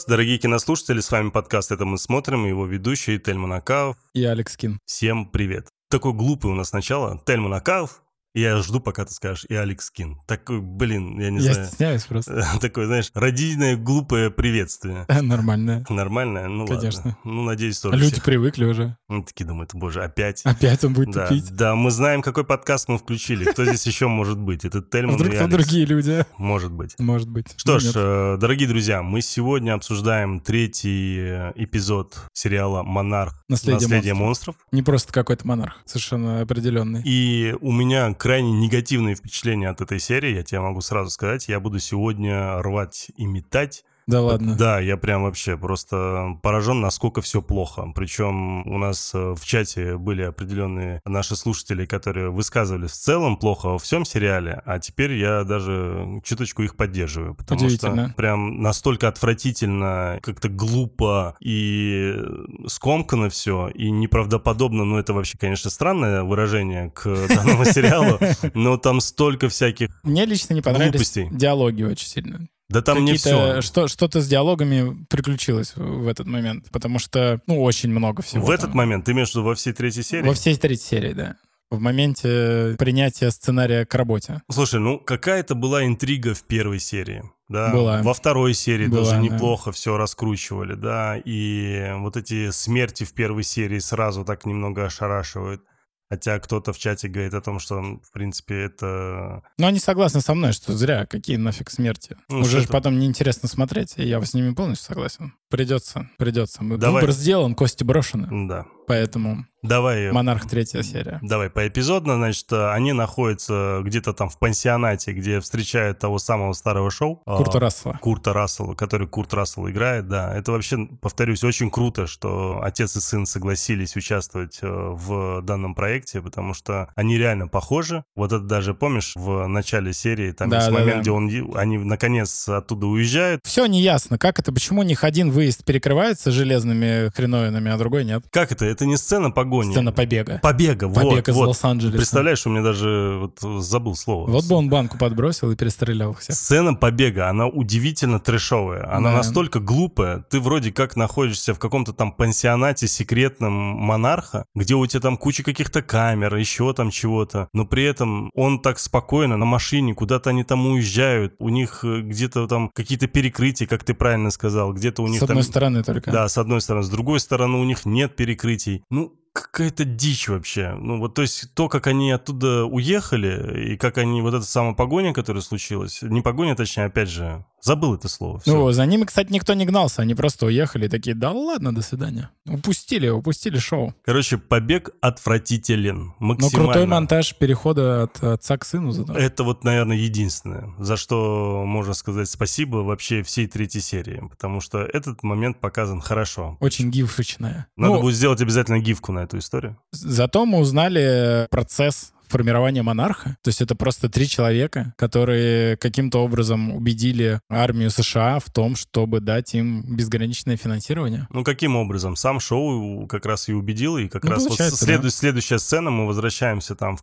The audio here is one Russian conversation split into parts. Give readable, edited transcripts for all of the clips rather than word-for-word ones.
Здравствуйте, дорогие кинослушатели, с вами подкаст «Это мы смотрим», его ведущий Тельман Акаев и Алекс Кин. Всем привет. Такой глупый у нас начало. Тельман Акаев. Я жду, пока ты скажешь, и Алекс Кин. Такой, я не знаю. Я стесняюсь просто. Такое, знаешь, родительное глупое приветствие. Нормальное. Нормальное? Ну конечно. Ладно. Ну, надеюсь, тоже люди всех. привыкли уже. Ну, такие думают, боже, опять? Опять он будет тупить? Да, мы знаем, какой подкаст мы включили. Кто здесь еще может быть? Это Тельман Вдруг и там Алекс. Другие люди. Может быть. Может быть. Что ж, дорогие друзья, мы сегодня обсуждаем третий эпизод сериала «Монарх. Наследие монстров». Не просто какой-то монарх, совершенно определенный. И у меня крайне негативные впечатления от этой серии, я тебе могу сразу сказать. Я буду сегодня рвать и метать. Да ладно? Да, я прям вообще просто поражен, насколько все плохо. Причем у нас в чате были определенные наши слушатели, которые высказывались в целом плохо во всем сериале, а теперь я даже чуточку их поддерживаю, потому что прям настолько отвратительно, как-то глупо и скомкано все, и неправдоподобно, ну это вообще, конечно, странное выражение к данному сериалу, но там столько всяких глупостей. Мне лично не понравились диалоги очень сильно. Да там не все. Что-то с диалогами приключилось в этот момент, потому что, очень много всего. В этот момент? Ты имеешь в виду во всей третьей серии? Во всей третьей серии, да. В моменте принятия сценария к работе. Слушай, какая-то была интрига в первой серии. Да, была. Во второй серии была, даже неплохо все раскручивали, да, и вот эти смерти в первой серии сразу так немного ошарашивают. Хотя кто-то в чате говорит о том, что, в принципе, это... Но они согласны со мной, что зря, какие нафиг смерти. Уже же потом неинтересно смотреть, и я с ними полностью согласен. Придется. Выбор сделан, кости брошены. Да. Поэтому... Давай. «Монарх», третья серия. Давай поэпизодно. Значит, они находятся где-то там в пансионате, где встречают того самого старого шоу. Курта Рассела, который Курт Рассел играет, да. Это вообще, повторюсь, очень круто, что отец и сын согласились участвовать в данном проекте, потому что они реально похожи. Вот это даже, помнишь, в начале серии, там есть момент, где они наконец оттуда уезжают. Все неясно. Как это? Почему у них один выезд перекрывается железными хреновинами, а другой нет? Как это? Это не сцена погони. Сцена побега. Побега из Лос-Анджелеса. Представляешь, у меня даже забыл слово. Вот бы он банку подбросил и перестрелял всех. Сцена побега, она удивительно трэшовая. Она настолько глупая. Ты вроде как находишься в каком-то там пансионате секретном монарха, где у тебя там куча каких-то камер, еще там чего-то. Но при этом он так спокойно на машине, куда-то они там уезжают. У них где-то там какие-то перекрытия, как ты правильно сказал. Где-то у них там... С одной стороны только. Да, с одной стороны. С другой стороны у них нет перекрытий. Какая-то дичь вообще. То есть то, как они оттуда уехали, и как они, вот эта самая погоня, которая случилась, не погоня, точнее, опять же, забыл это слово. Все. За ними, кстати, никто не гнался, они просто уехали и такие, да ладно, до свидания. Упустили шоу. Короче, побег отвратителен, максимально. Но крутой монтаж перехода от отца к сыну. Это вот, наверное, единственное, за что можно сказать спасибо вообще всей третьей серии, потому что этот момент показан хорошо. Очень гифочная. Надо будет сделать обязательно гифку на эту историю. Зато мы узнали процесс формирования монарха. То есть это просто 3 человека, которые каким-то образом убедили армию США в том, чтобы дать им безграничное финансирование. Каким образом? Сам Шоу как раз и убедил, и как раз вот следующая сцена, мы возвращаемся там в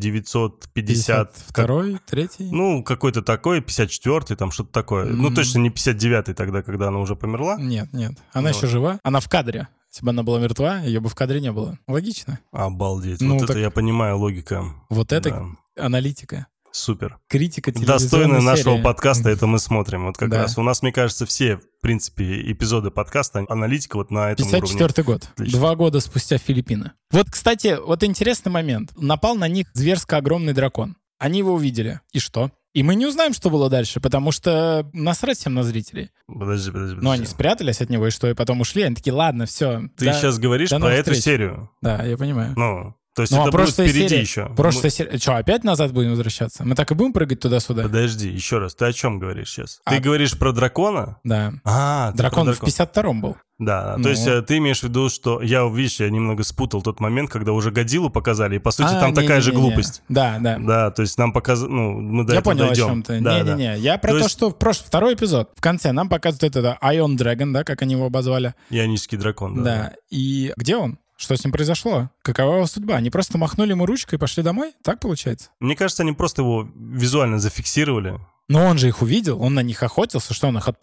1952-й, 3-й? Какой-то такой, 54-й, там что-то такое. Точно не 59-й тогда, когда она уже померла. Нет. Она еще жива. Она в кадре. Если бы она была мертва, ее бы в кадре не было. Логично. Обалдеть. Это я понимаю, логика. Вот это аналитика. Супер. Критика телевизионной достойная серии. Нашего подкаста, это мы смотрим. Вот как раз у нас, мне кажется, все, в принципе, эпизоды подкаста, аналитика вот на этом уровне. 54-й год. Отлично. 2 года спустя Филиппины. Вот, кстати, интересный момент. Напал на них зверско огромный дракон. Они его увидели. И что? И мы не узнаем, что было дальше, потому что насрать всем на зрителей. Подожди. Они спрятались от него, и что, и потом ушли. Они такие, ладно, все. Ты сейчас говоришь про эту серию. Да, я понимаю. То есть это будет впереди еще. Прошлая серия. Что, опять назад будем возвращаться? Мы так и будем прыгать туда-сюда? Подожди, еще раз. Ты о чем говоришь сейчас? Ты говоришь про дракона? Да. Дракон в 52-м был. Да, то есть ты имеешь в виду, что я немного спутал тот момент, когда уже Годзиллу показали, и по сути там такая же глупость. Да. Да, то есть нам показывают, мы до этого дойдем. Я понял, о чем ты. Не-не-не, я про то, что второй эпизод, в конце нам показывают это Iron Dragon, да, как они его обозвали. Ионический дракон, да. Да, и где он? Что с ним произошло? Какова его судьба? Они просто махнули ему ручкой и пошли домой? Так получается? Мне кажется, они просто его визуально зафиксировали. Но он же их увидел, он на них охотился, что он их отпустил?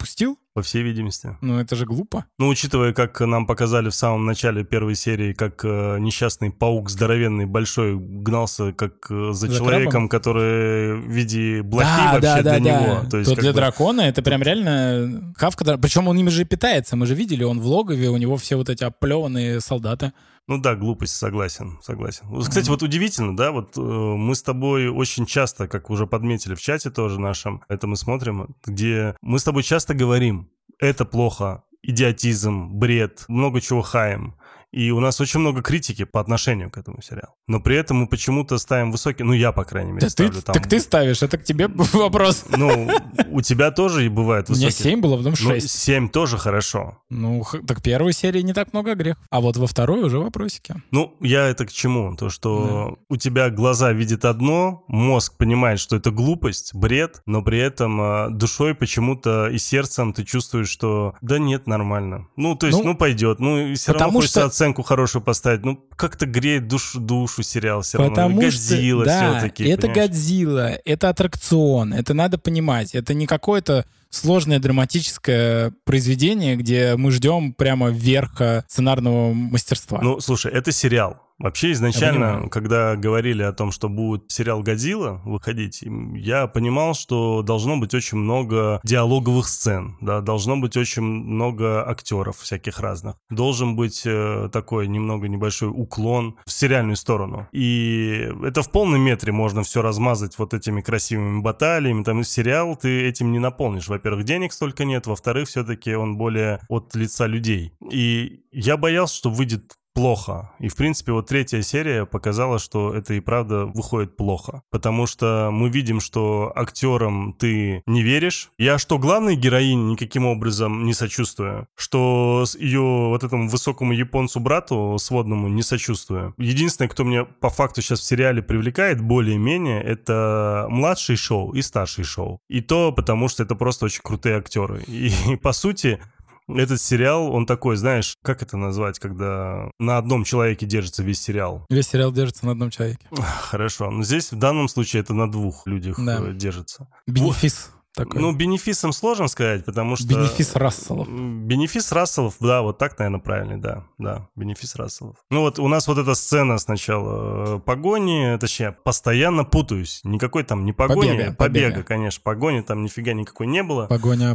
по всей видимости. Ну, это же глупо. Ну, учитывая, как нам показали в самом начале первой серии, как несчастный паук здоровенный, большой, гнался как за человеком, крабом? который в виде блохи для него. То есть, для дракона это прям реально хавка. Причем он ими же питается. Мы же видели, он в логове, у него все вот эти оплеванные солдаты. Ну да, глупость, согласен. Кстати, вот удивительно, да, вот мы с тобой очень часто, как уже подметили в чате тоже нашем, это мы смотрим, где мы с тобой часто говорим, это плохо, идиотизм, бред, много чего хаем. И у нас очень много критики по отношению к этому сериалу. Но при этом мы почему-то ставим высокий... Ну, я, по крайней мере, ставлю там... Так ты ставишь, это к тебе вопрос. Ну, у тебя тоже и бывает высокий. У меня 7 было, потом 6. Ну, 7 тоже хорошо. Ну, так первой серии не так много грех. А вот во второй уже вопросики. Ну, я это к чему? То, что у тебя глаза видят одно, мозг понимает, что это глупость, бред, но при этом душой почему-то и сердцем ты чувствуешь, что да нет, нормально. Ну, то есть, пойдет. Ну, и все равно хочется оценку хорошую поставить. Ну, как-то греет душу сериал все равно. Потому Годзилла что, все-таки. Это понимаешь? Годзилла, это аттракцион, это надо понимать. Это не какое-то сложное драматическое произведение, где мы ждем прямо верха сценарного мастерства. Ну, слушай, это сериал. Вообще изначально, когда говорили о том, что будет сериал «Годзилла» выходить, я понимал, что должно быть очень много диалоговых сцен, да, должно быть очень много актеров всяких разных. Должен быть такой немного небольшой уклон в сериальную сторону. И это в полном метре можно все размазать вот этими красивыми баталиями. Там сериал ты этим не наполнишь. Во-первых, денег столько нет, во-вторых, все-таки он более от лица людей. И я боялся, что выйдет плохо. И, в принципе, вот третья серия показала, что это и правда выходит плохо. Потому что мы видим, что актерам ты не веришь. Я что главной героине никаким образом не сочувствую, что ее вот этому высокому японцу-брату сводному не сочувствую. Единственное, кто мне по факту сейчас в сериале привлекает более-менее, это младший Шоу и старший Шоу. И то потому, что это просто очень крутые актеры. И по сути... Этот сериал, он такой, знаешь, как это назвать, когда на одном человеке держится весь сериал? Весь сериал держится на одном человеке. Хорошо, но здесь в данном случае это на двух людях держится. Бенефис. Такой. Ну, бенефисом сложно сказать, потому что... Бенефис Расселов. Бенефис Расселов, да, вот так, наверное, правильный, да, бенефис Расселов. Ну вот у нас вот эта сцена сначала погони, точнее, постоянно путаюсь. Никакой там не погони, побега, конечно. Погони там нифига никакой не было. Погоня.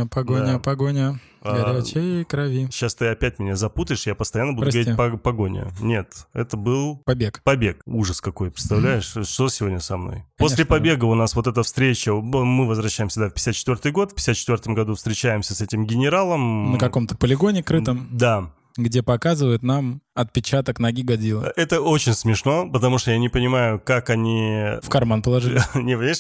Горячей крови. Сейчас ты опять меня запутаешь, я постоянно буду говорить погоня. Нет, это был... Побег. Ужас какой, представляешь? Что сегодня со мной? После побега у нас вот эта встреча, мы возвращаемся в 54-й год, в 54-м году встречаемся с этим генералом. На каком-то полигоне крытом. Да. Где показывают нам отпечаток ноги Годзиллы. Это очень смешно, потому что я не понимаю, как они... В карман положили. Не, понимаешь,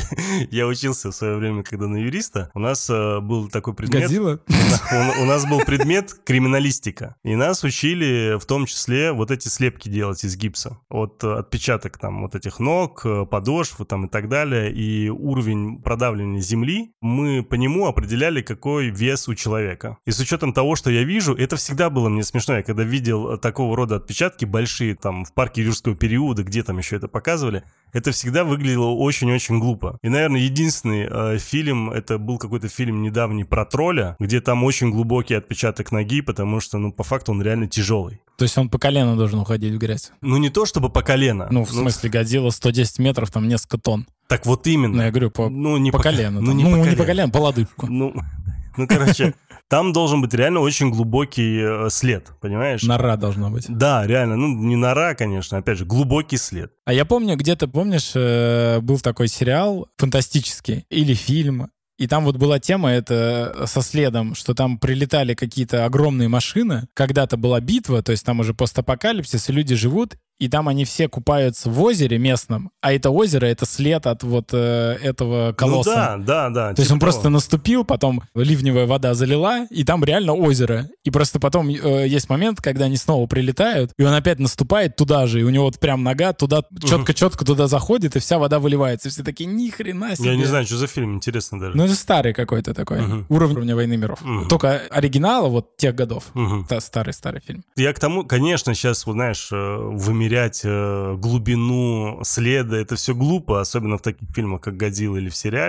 я учился в свое время, когда на юриста. У нас был такой предмет... Годзилла? У нас был предмет криминалистика. И нас учили в том числе вот эти слепки делать из гипса. Вот отпечаток там вот этих ног, подошв там и так далее. И уровень продавливания земли, мы по нему определяли, какой вес у человека. И с учетом того, что я вижу, это всегда было мне смешно. Я когда видел такого рода отпечатки большие, там, в парке юрского периода, где там еще это показывали, это всегда выглядело очень-очень глупо. И, наверное, единственный фильм, это был какой-то фильм недавний про тролля, где там очень глубокий отпечаток ноги, потому что, ну, по факту он реально тяжелый. То есть он по колено должен уходить в грязь? Ну, не то чтобы по колено. Ну, в смысле, Годзилла 110 метров, там несколько тонн. Так вот именно. Ну, я говорю, не по колено. Ну, не по колено, по лодыжку. Ну, короче... Там должен быть реально очень глубокий след, понимаешь? Нора должна быть. Да, реально. Ну, не нора, конечно, опять же, глубокий след. А я помню, где-то, помнишь, был такой сериал фантастический или фильм, и там вот была тема это со следом, что там прилетали какие-то огромные машины. Когда-то была битва, то есть там уже постапокалипсис, и люди живут, и там они все купаются в озере местном, а это озеро — это след от вот этого колосса. Ну да. То есть он просто наступил, потом ливневая вода залила, и там реально озеро. И просто потом есть момент, когда они снова прилетают, и он опять наступает туда же, и у него вот прям нога туда, четко туда заходит, и вся вода выливается. И все такие, ни хрена себе. Я не знаю, что за фильм, интересно даже. Ну это старый какой-то такой, уровня «Войны миров». Только оригинала вот тех годов. Это старый фильм. Я к тому, конечно, сейчас, вот, знаешь, вымерять глубину следа, это все глупо, особенно в таких фильмах, как «Годзилла» или в сериале.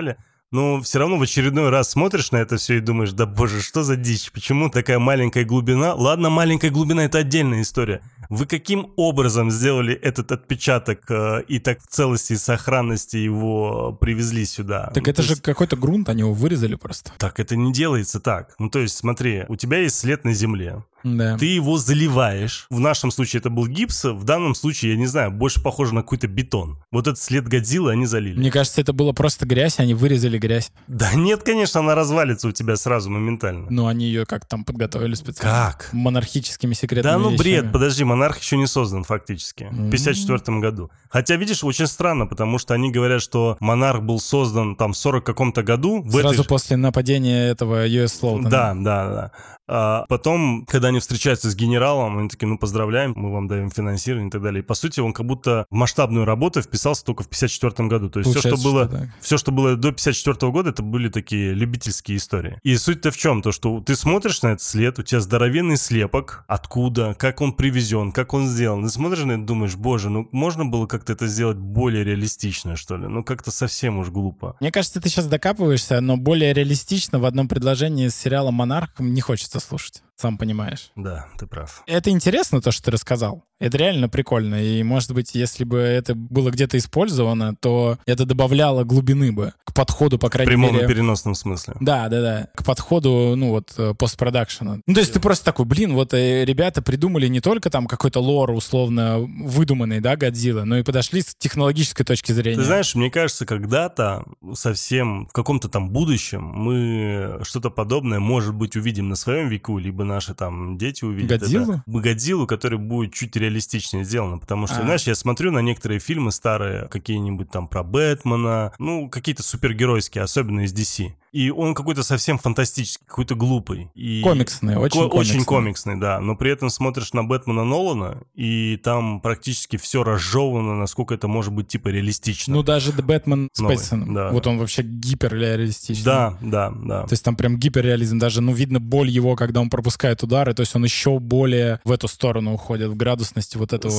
Но все равно в очередной раз смотришь на это все и думаешь, да боже, что за дичь? Почему такая маленькая глубина? Ладно, маленькая глубина — это отдельная история. Вы каким образом сделали этот отпечаток и так в целости и сохранности его привезли сюда? Так это же какой-то грунт, они его вырезали просто. Так это не делается так. Ну, то есть, смотри, у тебя есть след на земле. Да. Ты его заливаешь. В нашем случае это был гипс, в данном случае, я не знаю, больше похоже на какой-то бетон. Вот этот след Годзиллы они залили. Мне кажется, это было просто грязь, они вырезали грязь. Да нет, конечно, она развалится у тебя сразу моментально. Но они ее как там подготовили специально? Как? Монархическими секретными Да ну вещами. бред, подожди, монарх еще не создан фактически. В 54 году. Хотя, видишь, очень странно, потому что они говорят, что монарх был создан там в 40 каком-то году. Сразу после нападения этого US Слоутона. Да. А потом, когда они встречаются с генералом, они такие, ну, поздравляем, мы вам даем финансирование и так далее. И, по сути, он как будто в масштабную работу вписался только в 54 году. То есть все, что было до 54 года, это были такие любительские истории. И суть-то в чем? То, что ты смотришь на этот след, у тебя здоровенный слепок, откуда, как он привезен, как он сделан. Ты смотришь на это и думаешь, боже, ну, можно было как-то это сделать более реалистично, что ли? Ну, как-то совсем уж глупо. Мне кажется, ты сейчас докапываешься, но более реалистично в одном предложении с сериалом «Монарх» не хочется слушать. Сам понимаешь. Да, ты прав. Это интересно, то, что ты рассказал. Это реально прикольно. И, может быть, если бы это было где-то использовано, то это добавляло глубины бы к подходу, по крайней мере. В прямом и переносном смысле. Да. К подходу, ну вот, постпродакшена. Ну, то есть ты просто такой, блин, вот ребята придумали не только там какой-то лор условно выдуманный, да, Годзилла, но и подошли с технологической точки зрения. Ты знаешь, мне кажется, когда-то совсем в каком-то там будущем мы что-то подобное, может быть, увидим на своем веку, либо наши там дети увидят. Годзиллу? Годзиллу, который будет чуть реалистичнее сделано, потому что, знаешь, я смотрю на некоторые фильмы старые, какие-нибудь там про Бэтмена, ну, какие-то супергеройские, особенно из DC. И он какой-то совсем фантастический, какой-то глупый. И комиксный, очень комиксный, да. Но при этом смотришь на Бэтмена Нолана, и там практически все разжевано, насколько это может быть типа реалистично. Ну, даже Бэтмен с Пэттисоном. Да. Вот он вообще гиперреалистичный. Да. То есть там прям гиперреализм. Даже, ну, видно боль его, когда он пропускает удары. То есть он еще более в эту сторону уходит, в градусности вот этого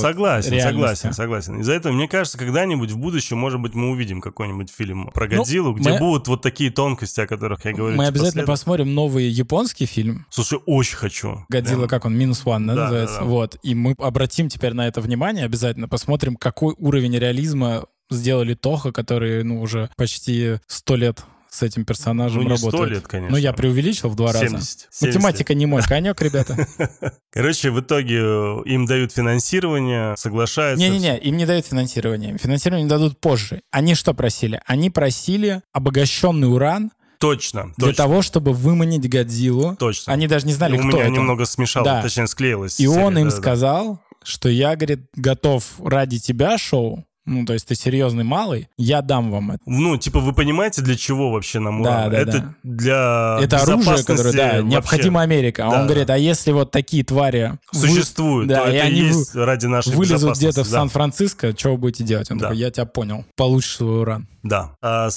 Согласен. Из-за этого, мне кажется, когда-нибудь в будущем, может быть, мы увидим какой-нибудь фильм про Годзиллу, где будут вот такие тонкости, о которых я говорю. Мы обязательно посмотрим новый японский фильм. Слушай, очень хочу. Годзилла, как он, -1, да, называется? Да. Вот. И мы обратим теперь на это внимание обязательно, посмотрим, какой уровень реализма сделали Toho, который, ну, уже почти 100 лет с этим персонажем не работает. 100 лет, конечно. Ну, я преувеличил в 2 раза. 70 Математика не мой конек, ребята. Короче, в итоге им дают финансирование, соглашаются. Не-не-не, им не дают финансирование. Финансирование дадут позже. Они что просили? Они просили обогащенный уран. Точно. Для того, чтобы выманить Годзиллу. Точно. Они даже не знали, кто это. У меня немного смешало, точнее, склеилось. И он им сказал, что я, говорит, готов ради тебя, Шоу, ну, то есть ты серьезный малый, я дам вам это. Ну, типа, вы понимаете, для чего вообще нам уран? Да, это для это оружие, которое, необходимо Америка. А он говорит, а если вот такие твари существуют, то это и есть ради нашей безопасности. Вылезут где-то в Сан-Франциско, что вы будете делать? Он такой, я тебя понял, получишь свой уран. Да. А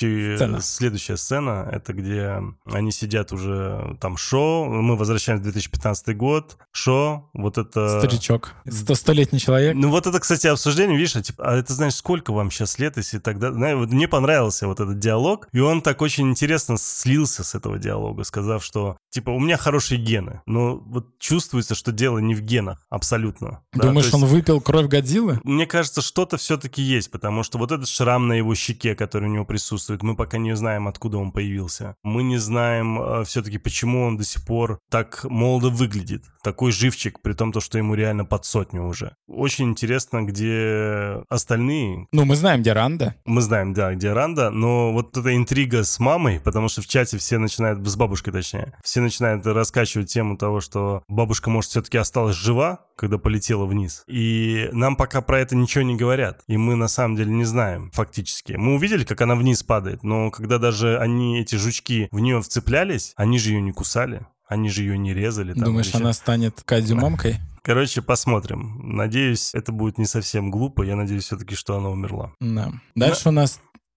следующая сцена, это где они сидят уже там Шо, мы возвращаемся в 2015 год, Шо, вот это... Старичок, 100-летний человек. Ну вот это, кстати, обсуждение, видишь, типа, это, знаешь, сколько вам сейчас лет, если тогда... Вот мне понравился вот этот диалог, и он так очень интересно слился с этого диалога, сказав, что, типа, у меня хорошие гены, но вот чувствуется, что дело не в генах, абсолютно. Думаешь, он выпил кровь Годзиллы? Мне кажется, что-то все-таки есть, потому что вот этот шрам на его щеке, который у него присутствует, мы пока не знаем, откуда он появился. Мы не знаем все-таки, почему он до сих пор так молодо выглядит. Такой живчик, при том, что ему реально под 100 уже. Очень интересно, где остальные. Ну, мы знаем, где Ранда. Мы знаем, да, где Ранда, но вот эта интрига с мамой, потому что в чате все начинают, с бабушкой точнее, все начинают раскачивать тему того, что бабушка, может, все-таки осталась жива, когда полетела вниз. И нам пока про это ничего не говорят. И мы на самом деле не знаем фактически. Мы увидели, как она вниз падает, но когда даже эти жучки в нее вцеплялись, они же ее не кусали. Они же ее не резали. Думаешь, она станет Кадзю-мамкой? Короче, посмотрим. Надеюсь, это будет не совсем глупо. Я надеюсь все-таки, что она умерла. Да. Дальше у нас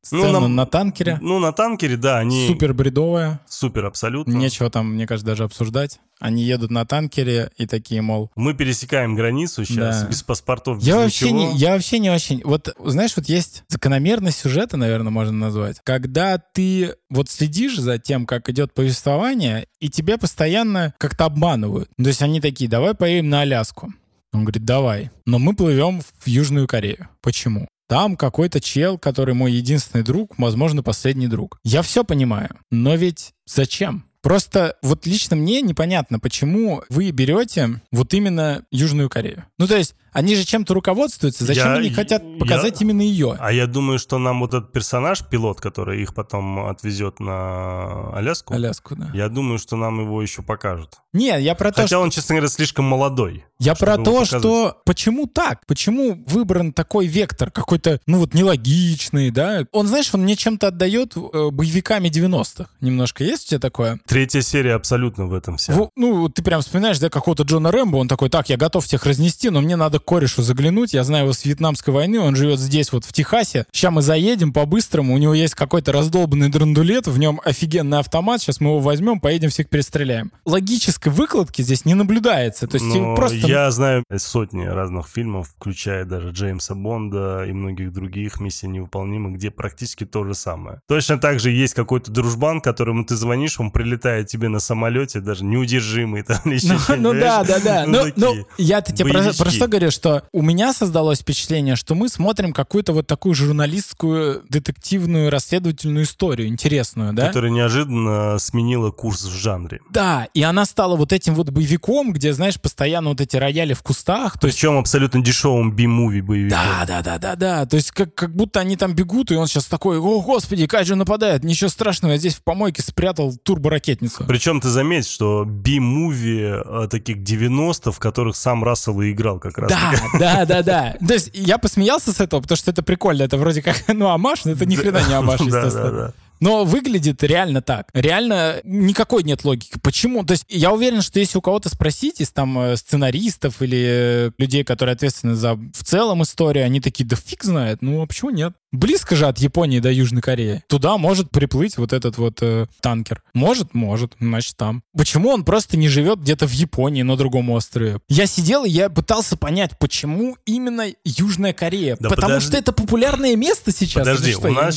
Сцена на танкере. Ну, на танкере, да, они... Супер бредовая. Супер, абсолютно. Нечего там, мне кажется, даже обсуждать. Они едут на танкере и такие, мол... Мы пересекаем границу сейчас, без паспортов, без я ничего. вообще не очень... Вот, знаешь, вот есть закономерность сюжета, наверное, можно назвать. Когда ты вот следишь за тем, как идет повествование, и тебя постоянно как-то обманывают. То есть они такие, давай поедем на Аляску. Он говорит, давай. Но мы плывем в Южную Корею. Почему? Там какой-то чел, который мой единственный друг, возможно, последний друг. Я все понимаю, но ведь зачем? Просто вот лично мне непонятно, почему вы берете вот именно Южную Корею. Ну, то есть, они же чем-то руководствуются, зачем они хотят показать именно ее? А я думаю, что нам вот этот персонаж, пилот, который их потом отвезет на Аляску, да. Я думаю, что нам его еще покажут. Нет, я про то, Хотя он, честно говоря, слишком молодой. Я про то, что почему так? Почему выбран такой вектор, какой-то, ну вот, нелогичный, да? Он, знаешь, он мне чем-то отдает боевиками 90-х. Немножко есть у тебя такое? 3-я серия абсолютно в этом вся. Ну, ты прям вспоминаешь, да, какого-то Джона Рэмбо, он такой, так, я готов всех разнести, но мне надо к корешу заглянуть, я знаю его с Вьетнамской войны, он живет здесь, вот в Техасе. Сейчас мы заедем по-быстрому, у него есть какой-то раздолбанный драндулет, в нем офигенный автомат, сейчас мы его возьмем, поедем, всех перестреляем. Логической выкладки здесь не наблюдается. То есть просто... Я знаю сотни разных фильмов, включая даже Джеймса Бонда и многих других «Миссия невыполнима», где практически то же самое. Точно так же есть какой-то дружбан, которому ты звонишь, он прилетает тебе на самолете, даже неудержимый там или еще что-нибудь. Ну да. Ну, я-то тебе про что говорю, что у меня создалось впечатление, что мы смотрим какую-то вот такую журналистскую, детективную, расследовательную историю, интересную, да? Которая неожиданно сменила курс в жанре. Да, и она стала вот этим вот боевиком, где, знаешь, постоянно вот эти рояли в кустах. Причем абсолютно дешевым би-муви боевиком. Да. То есть как будто они там бегут, и он сейчас такой, о, господи, Кайджи нападает, ничего страшного, я здесь в помойке спрятал турборакетницу. Причем ты заметь, что би-муви таких 90-х, в которых сам Рассел и играл как раз. Да. То есть я посмеялся с этого, потому что это прикольно, это вроде как, ну, омаж, но это ни хрена не омаж, естественно. Да. Но выглядит реально так. Реально никакой нет логики. Почему? То есть я уверен, что если у кого-то спросить из там сценаристов или людей, которые ответственны за в целом историю, они такие, да фиг знает. Ну, а почему нет? Близко же от Японии до Южной Кореи. Туда может приплыть вот этот вот танкер. Может, значит там. Почему он просто не живет где-то в Японии на другом острове? Я сидел и я пытался понять, почему именно Южная Корея. Да потому что это популярное место сейчас. Подожди,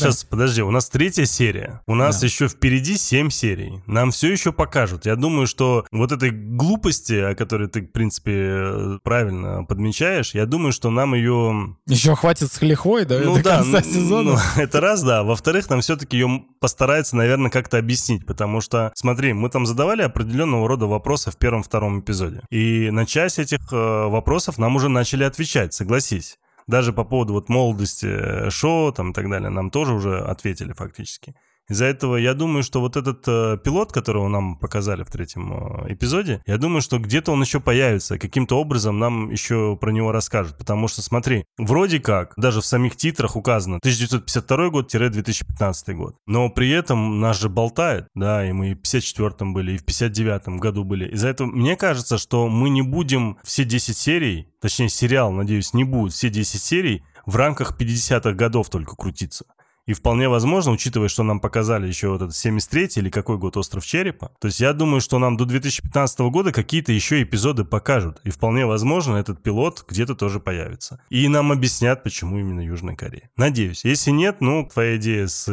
у нас 3-я серия. У нас еще впереди 7 серий. Нам все еще покажут. Я думаю, что вот этой глупости, о которой ты, в принципе, правильно подмечаешь, я думаю, что нам ее... Еще хватит с лихвой, да? Ну да, сезона. Это раз, да. Во-вторых, нам все-таки ее постараются, наверное, как-то объяснить, потому что, смотри, мы там задавали определенного рода вопросы в 1-2 эпизоде. И на часть этих вопросов нам уже начали отвечать, согласись. Даже по поводу вот молодости шоу там и так далее нам тоже уже ответили фактически. Из-за этого я думаю, что вот этот пилот, которого нам показали в 3-м эпизоде, я думаю, что где-то он еще появится, каким-то образом нам еще про него расскажут. Потому что, смотри, вроде как, даже в самих титрах указано 1952 год-2015 год. Но при этом нас же болтает, да, и мы и в 54-м были, и в 59-м году были. Из-за этого мне кажется, что мы не будем все 10 серий, точнее сериал, надеюсь, не будет все 10 серий в рамках 50-х годов только крутиться. И вполне возможно, учитывая, что нам показали еще вот этот 73-й или какой год «Остров Черепа», то есть я думаю, что нам до 2015 года какие-то еще эпизоды покажут. И вполне возможно, этот пилот где-то тоже появится. И нам объяснят, почему именно Южная Корея. Надеюсь. Если нет, ну, твоя идея с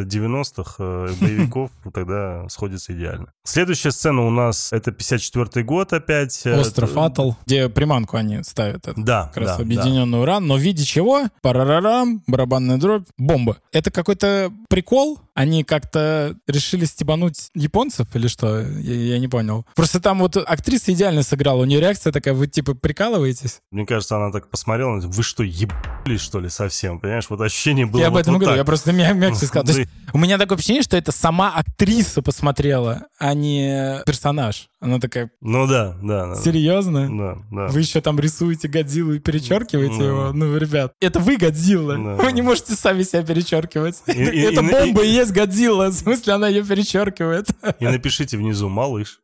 90-х боевиков тогда сходится идеально. Следующая сцена у нас, это 54-й год опять. Остров Атл, где приманку они ставят. Да, как раз объединенный уран. Но в виде чего? Парарарам, барабанная дробь, бомба. Это какой-то прикол? Они как-то решили стебануть японцев или что? Я не понял. Просто там вот актриса идеально сыграла. У нее реакция такая, вы типа прикалываетесь? Мне кажется, она так посмотрела, вы что, ебались что ли совсем? Понимаешь, вот ощущение было я вот об этом вот говорю, так. Я просто мягче сказал. То есть у меня такое ощущение, что это сама актриса посмотрела, а не персонаж. Она такая... Ну да. Серьезно? Да. Вы еще там рисуете Годзиллу и перечеркиваете его? Ну, ребят, это вы Годзилла. Вы не можете сами себя перечеркивать. Это бомба и есть Годзилла. В смысле, она ее перечеркивает. И напишите внизу «малыш».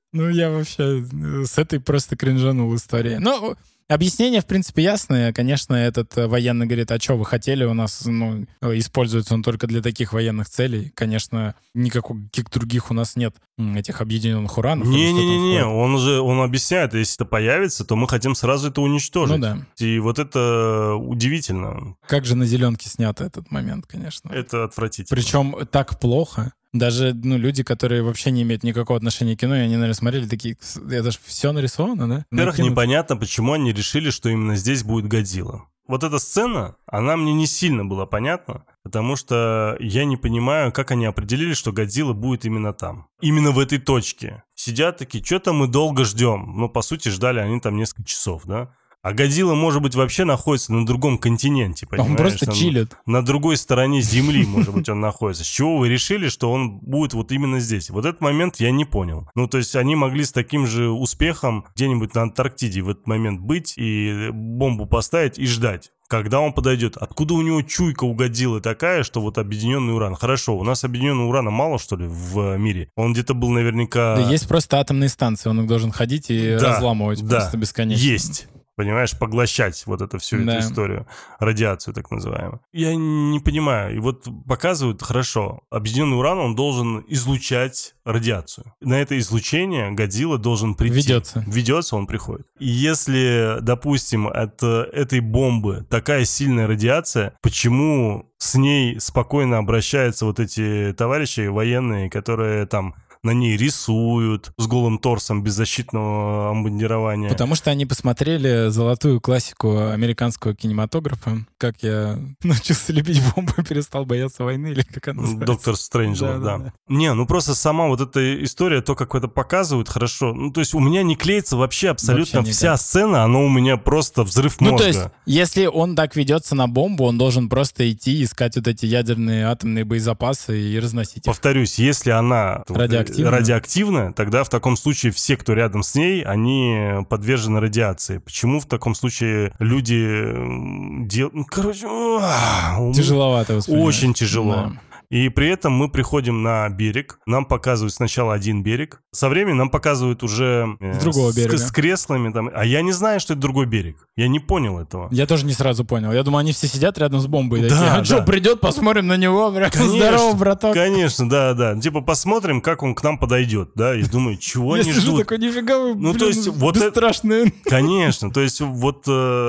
Ну, я вообще с этой просто кринжанул истории. Ну, объяснение, в принципе, ясное. Конечно, этот военный говорит, а что вы хотели? У нас, используется он только для таких военных целей. Конечно, никаких других у нас нет этих объединенных уранов. Не-не-не, он объясняет, если это появится, то мы хотим сразу это уничтожить. Ну да. И вот это удивительно. Как же на зеленке снято этот момент, конечно. Это отвратительно. Причем так плохо. Даже люди, которые вообще не имеют никакого отношения к кино, и они, наверное, смотрели такие, это же все нарисовано, да? Во-первых, непонятно, почему они решили, что именно здесь будет Годзилла. Вот эта сцена, она мне не сильно была понятна, потому что я не понимаю, как они определили, что Годзилла будет именно там. Именно в этой точке. Сидят такие, что-то мы долго ждем. Ну, по сути, ждали они там несколько часов, да? А Годзилла, может быть, вообще находится на другом континенте, понимаешь? Он просто чилит. На другой стороне Земли, может быть, он находится. С чего вы решили, что он будет вот именно здесь? Вот этот момент я не понял. Ну, то есть они могли с таким же успехом где-нибудь на Антарктиде в этот момент быть и бомбу поставить и ждать. Когда он подойдет? Откуда у него чуйка у Годзиллы такая, что вот объединенный уран? Хорошо, у нас объединенного урана мало, что ли, в мире? Он где-то был наверняка... Да есть просто атомные станции, он их должен ходить и разламывать просто бесконечно. Есть. Понимаешь, поглощать вот эту всю эту историю, радиацию так называемую. Я не понимаю. И вот показывают, хорошо, объединенный уран, он должен излучать радиацию. На это излучение Годзилла должен прийти. Ведется, он приходит. И если, допустим, от этой бомбы такая сильная радиация, почему с ней спокойно обращаются вот эти товарищи военные, которые там... на ней рисуют с голым торсом без защитного обмундирования. Потому что они посмотрели золотую классику американского кинематографа. Как я научился любить бомбу и перестал бояться войны, или как она называется? Доктор Стрэнджлов, да. Не, просто сама вот эта история, то, как это показывают, хорошо. Ну, то есть у меня не клеится вообще абсолютно вообще вся сцена, она у меня просто взрыв мозга. Ну, то есть, если он так ведется на бомбу, он должен просто идти искать вот эти ядерные атомные боезапасы и разносить их. Повторюсь, если она... радиоактивная, тогда в таком случае все, кто рядом с ней, они подвержены радиации. Почему в таком случае люди делают... Тяжеловато воспринимать. Очень тяжело. Да. И при этом мы приходим на берег, нам показывают сначала один берег, со временем нам показывают уже с другого берега. С креслами, там, а я не знаю, что это другой берег. Я не понял этого. Я тоже не сразу понял. Я думаю, они все сидят рядом с бомбой. Да, что, придет, посмотрим на него. Здорово, браток. Конечно, да. Типа посмотрим, как он к нам подойдет. Да, и думаю, чего они ждут. Я такой, нифига вы, то есть, вот бесстрашные. Конечно, то есть вот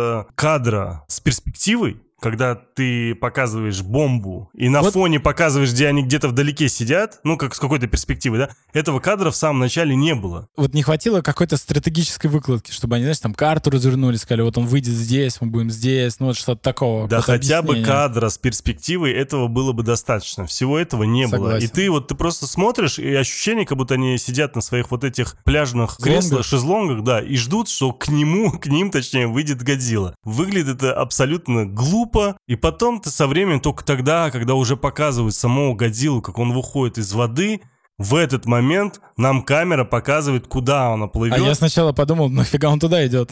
кадра с перспективой, когда ты показываешь бомбу и на фоне показываешь, где они где-то вдалеке сидят, как с какой-то перспективы, да, этого кадра в самом начале не было. Вот не хватило какой-то стратегической выкладки, чтобы они, знаешь, там карту развернули, сказали, вот он выйдет здесь, мы будем здесь, вот что-то такого. Да хотя бы кадра с перспективой, этого было бы достаточно. Всего этого не было. И ты просто смотришь, и ощущение, как будто они сидят на своих вот этих пляжных креслах, шезлонгах, да, и ждут, что к ним, выйдет Годзилла. Выглядит это абсолютно глупо. И потом ты со временем, только тогда, когда уже показывают самого Годзиллу, как он выходит из воды, в этот момент нам камера показывает, куда она плывет. А я сначала подумал, нафига он туда идет?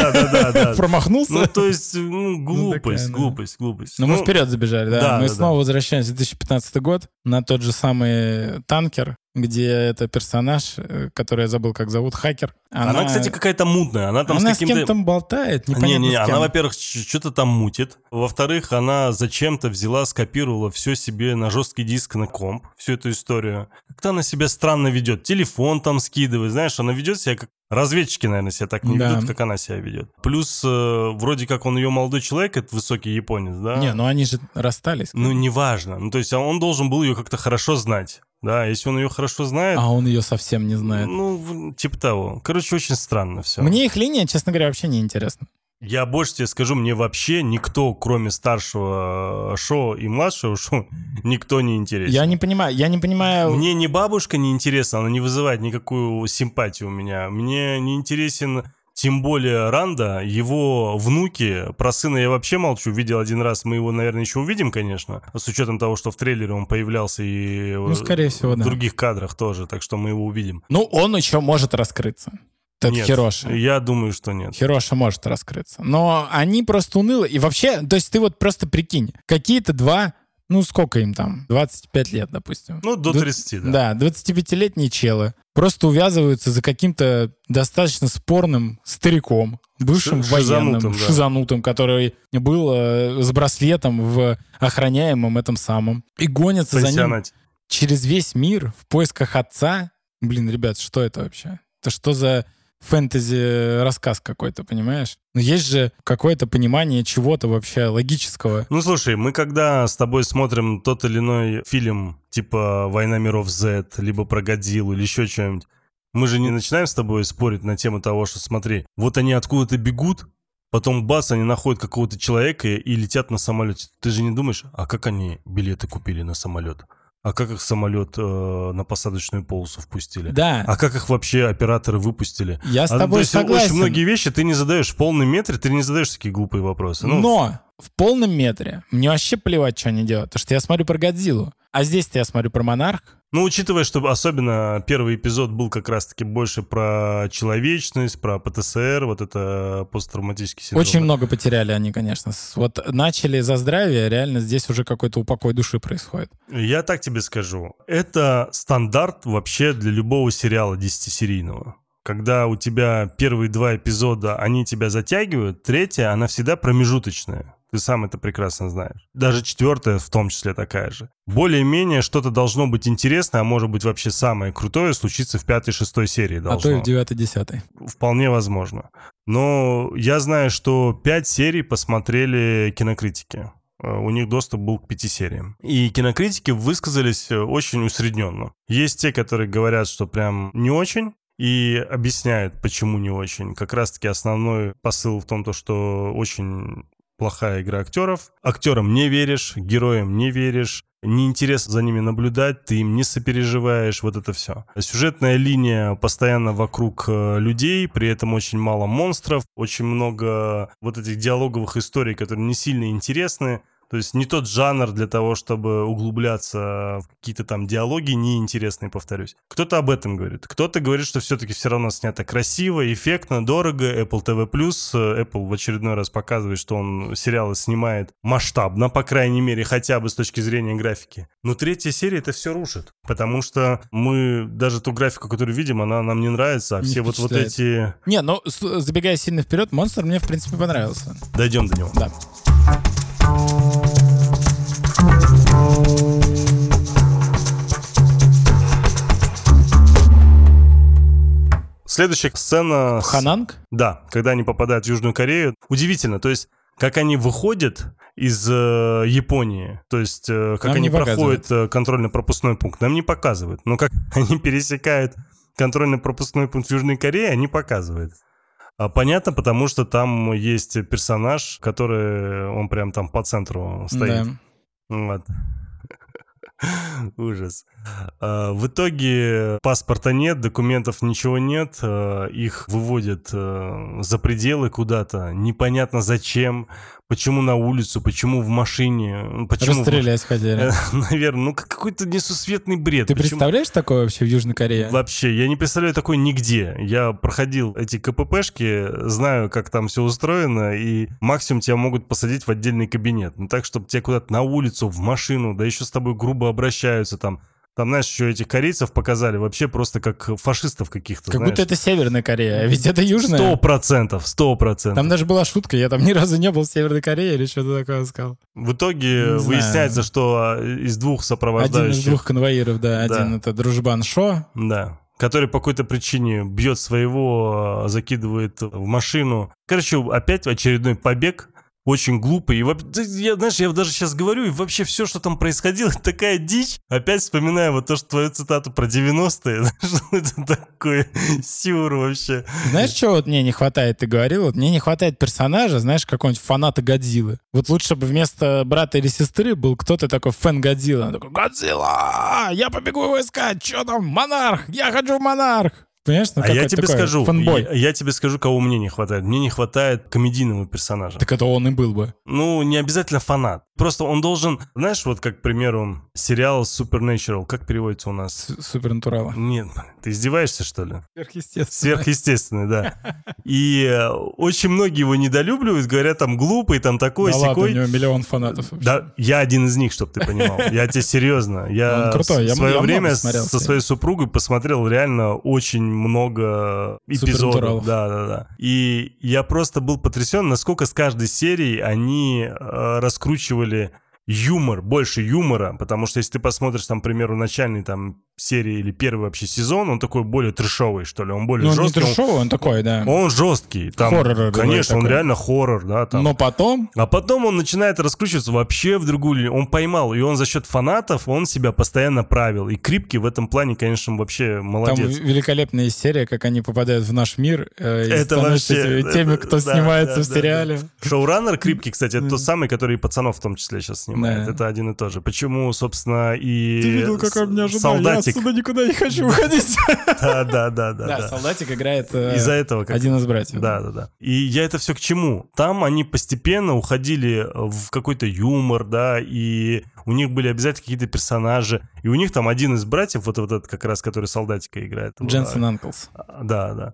Да. Промахнулся? То есть, глупость. Но мы вперед забежали, да. Мы снова возвращаемся в 2015 год на тот же самый танкер, где это персонаж, который я забыл, как зовут, хакер. Она, кстати, какая-то мутная. Она там с кем-то болтает, непонятно Не, она, во-первых, что-то там мутит. Во-вторых, она зачем-то скопировала все себе на жесткий диск, на комп, всю эту историю. Как-то она себя странно ведет. Телефон там скидывает, знаешь, она ведет себя как... Разведчики, наверное, себя так не ведут, как она себя ведет. Плюс, вроде как он ее молодой человек, это высокий японец, да? Не, они же расстались. Неважно. То есть он должен был ее как-то хорошо знать. Да, если он ее хорошо знает... А он ее совсем не знает. Типа того. Короче, очень странно все. Мне их линия, честно говоря, вообще не интересна. Я больше тебе скажу, мне вообще никто, кроме старшего Шо и младшего Шо, никто не интересен. Я не понимаю... Мне ни бабушка не интересна, она не вызывает никакую симпатию у меня. Мне не интересен... Тем более Ранда, его внуки, про сына я вообще молчу, видел один раз, мы его, наверное, еще увидим, конечно, с учетом того, что в трейлере он появлялся и скорее всего, в других кадрах тоже, так что мы его увидим. Он еще может раскрыться. Нет, Хироши. Я думаю, что нет. Хироши может раскрыться. Но они просто унылы. И вообще, то есть ты просто прикинь, какие-то два ну, сколько им там? 25 лет, допустим. Ну, до 30, да. Да, 25-летние челы просто увязываются за каким-то достаточно спорным стариком, бывшим военным, шизанутым, который был с браслетом в охраняемом этом самом. И гонятся за ним через весь мир в поисках отца. Блин, ребят, что это вообще? Это что за фэнтези-рассказ какой-то, понимаешь? Но есть же какое-то понимание чего-то вообще логического. Ну, слушай, мы когда с тобой смотрим тот или иной фильм, типа «Война миров Z», либо про Годзиллу, или еще что-нибудь, мы же не начинаем с тобой спорить на тему того, что, смотри, вот они откуда-то бегут, потом бац, они находят какого-то человека и летят на самолете. Ты же не думаешь, а как они билеты купили на самолет? А как их самолет на посадочную полосу впустили? Да. А как их вообще операторы выпустили? Я с тобой согласен. Очень многие вещи ты не задаешь в полном метре, ты не задаешь такие глупые вопросы. Но в полном метре мне вообще плевать, что они делают. Потому что я смотрю про Годзиллу. А здесь-то я смотрю про «Монарх». Ну, учитывая, что особенно первый эпизод был как раз-таки больше про человечность, про ПТСР, вот это посттравматический синдром. Очень много потеряли они, конечно. Вот начали за здравие, реально здесь уже какой-то упокой души происходит. Я так тебе скажу. Это стандарт вообще для любого сериала 10-серийного. Когда у тебя первые 2 эпизода, они тебя затягивают, 3-я, она всегда промежуточная. Ты сам это прекрасно знаешь. Даже 4-я в том числе такая же. Более-менее что-то должно быть интересное, а может быть вообще самое крутое случится в 5-й, 6-й серии должно. А то и в 9-й, 10-й. Вполне возможно. Но я знаю, что 5 серий посмотрели кинокритики. У них доступ был к 5 сериям. И кинокритики высказались очень усредненно. Есть те, которые говорят, что прям не очень, и объясняют, почему не очень. Как раз-таки основной посыл в том, что очень плохая игра актеров. Актерам не веришь, героям не веришь, неинтересно за ними наблюдать, ты им не сопереживаешь, вот это все. Сюжетная линия постоянно вокруг людей, при этом очень мало монстров, очень много вот этих диалоговых историй, которые не сильно интересны. То есть не тот жанр для того, чтобы углубляться в какие-то там диалоги неинтересные, повторюсь. Кто-то об этом говорит. Кто-то говорит, что все-таки все равно снято красиво, эффектно, дорого. Apple TV+, Apple в очередной раз показывает, что он сериалы снимает масштабно, по крайней мере, хотя бы с точки зрения графики. Но 3-я серия это все рушит. Потому что мы даже ту графику, которую видим, она нам не нравится. А не все вот эти... Не, ну, забегая сильно вперед, «Монстр» мне, в принципе, понравился. Дойдем до него. Да. Следующая сцена... Хананг? Да, когда они попадают в Южную Корею. Удивительно, то есть как они выходят из Японии, то есть как нам они проходят контрольно-пропускной пункт, нам не показывают. Но как они пересекают контрольно-пропускной пункт в Южной Корее, они показывают. Понятно, потому что там есть персонаж, который, он прям там по центру стоит. Да. Вот. Ужас. В итоге паспорта нет, документов ничего нет, их выводят за пределы куда-то, непонятно зачем, почему на улицу, почему в машине. Почему расстрелять хотели. Наверное, ну какой-то несусветный бред. Ты представляешь такое вообще в Южной Корее? Вообще, я не представляю такое нигде. Я проходил эти КППшки, знаю, как там все устроено, и максимум тебя могут посадить в отдельный кабинет. Ну так, чтобы тебя куда-то на улицу, в машину, да еще с тобой грубо обращаются там. Там, знаешь, еще этих корейцев показали вообще просто как фашистов каких-то, как будто это Северная Корея, а ведь это Южная. 100%. Там даже была шутка, я там ни разу не был в Северной Корее или что-то такое сказал. В итоге выясняется, что из 2 сопровождающих... Один из 2 конвоиров, да. Один это дружбан Шо. Да. Который по какой-то причине бьет своего, закидывает в машину. Короче, опять очередной побег. Очень глупый. И я даже сейчас говорю, и вообще все, что там происходило, такая дичь. Опять вспоминаю вот то, что твою цитату про 90-е. Что это такое? Сюр вообще. Знаешь, чего вот мне не хватает, ты говорил? Вот мне не хватает персонажа, знаешь, какого-нибудь фаната Годзиллы. Вот лучше бы вместо брата или сестры был кто-то такой фэн Годзиллы. Он такой: Годзилла! Я побегу его искать! Че там? Монарх! Я хочу в Монарх! Понимаешь? Ну, А я тебе такой скажу, фанбой. я тебе скажу, кого мне не хватает. Мне не хватает комедийного персонажа. Так это он и был бы. Ну, не обязательно фанат. Просто он должен, знаешь, вот как, к примеру, сериал Supernatural, как переводится у нас? Супернатурала. Нет, ты издеваешься, что ли? Сверхъестественно. Сверхъестественный, да. И очень многие его недолюбливают, говорят, там глупый, там такой, Да ладно, у сякой. него миллион фанатов вообще. Да, я один из них, чтобы ты понимал. Я тебе серьезно. Я Он крутой. в Я свое много время смотрел со сериалов. своей супругой посмотрел реально очень много эпизодов. Супернатуралов. Да. И я просто был потрясен, насколько с каждой серией они раскручивали юмор, больше юмора, потому что если ты посмотришь, там, к примеру, начальный там серии или первый вообще сезон, он такой более трэшовый, что ли, он более Ну, не жесткий. трэшовый, он такой, да. Он жесткий. Там, Хоррор, конечно, такой. он реально хоррор, да. Там. Но потом... А потом он начинает раскручиваться вообще в другую линию. Он поймал, и он за счет фанатов, он себя постоянно правил. И Крипки в этом плане, конечно, вообще Там молодец. великолепная серия, как они попадают в наш мир и Это становятся вообще... теми, кто да, снимается да, в да, сериале. да. Шоураннер Крипки, кстати, это тот самый, который и пацанов в том числе сейчас снимает. Да. Это один и тот же. Почему, собственно, и... Ты видел, какая у меня жена? Солдатик. Я отсюда никуда не хочу уходить. Да. Да, Солдатик играет Из-за этого как... один из братьев. Да. И я это все к чему? Там они постепенно уходили в какой-то юмор, да, и у них были обязательно какие-то персонажи. И у них там один из братьев, вот этот как раз, который Солдатика играет. Дженсен Анклс. Да.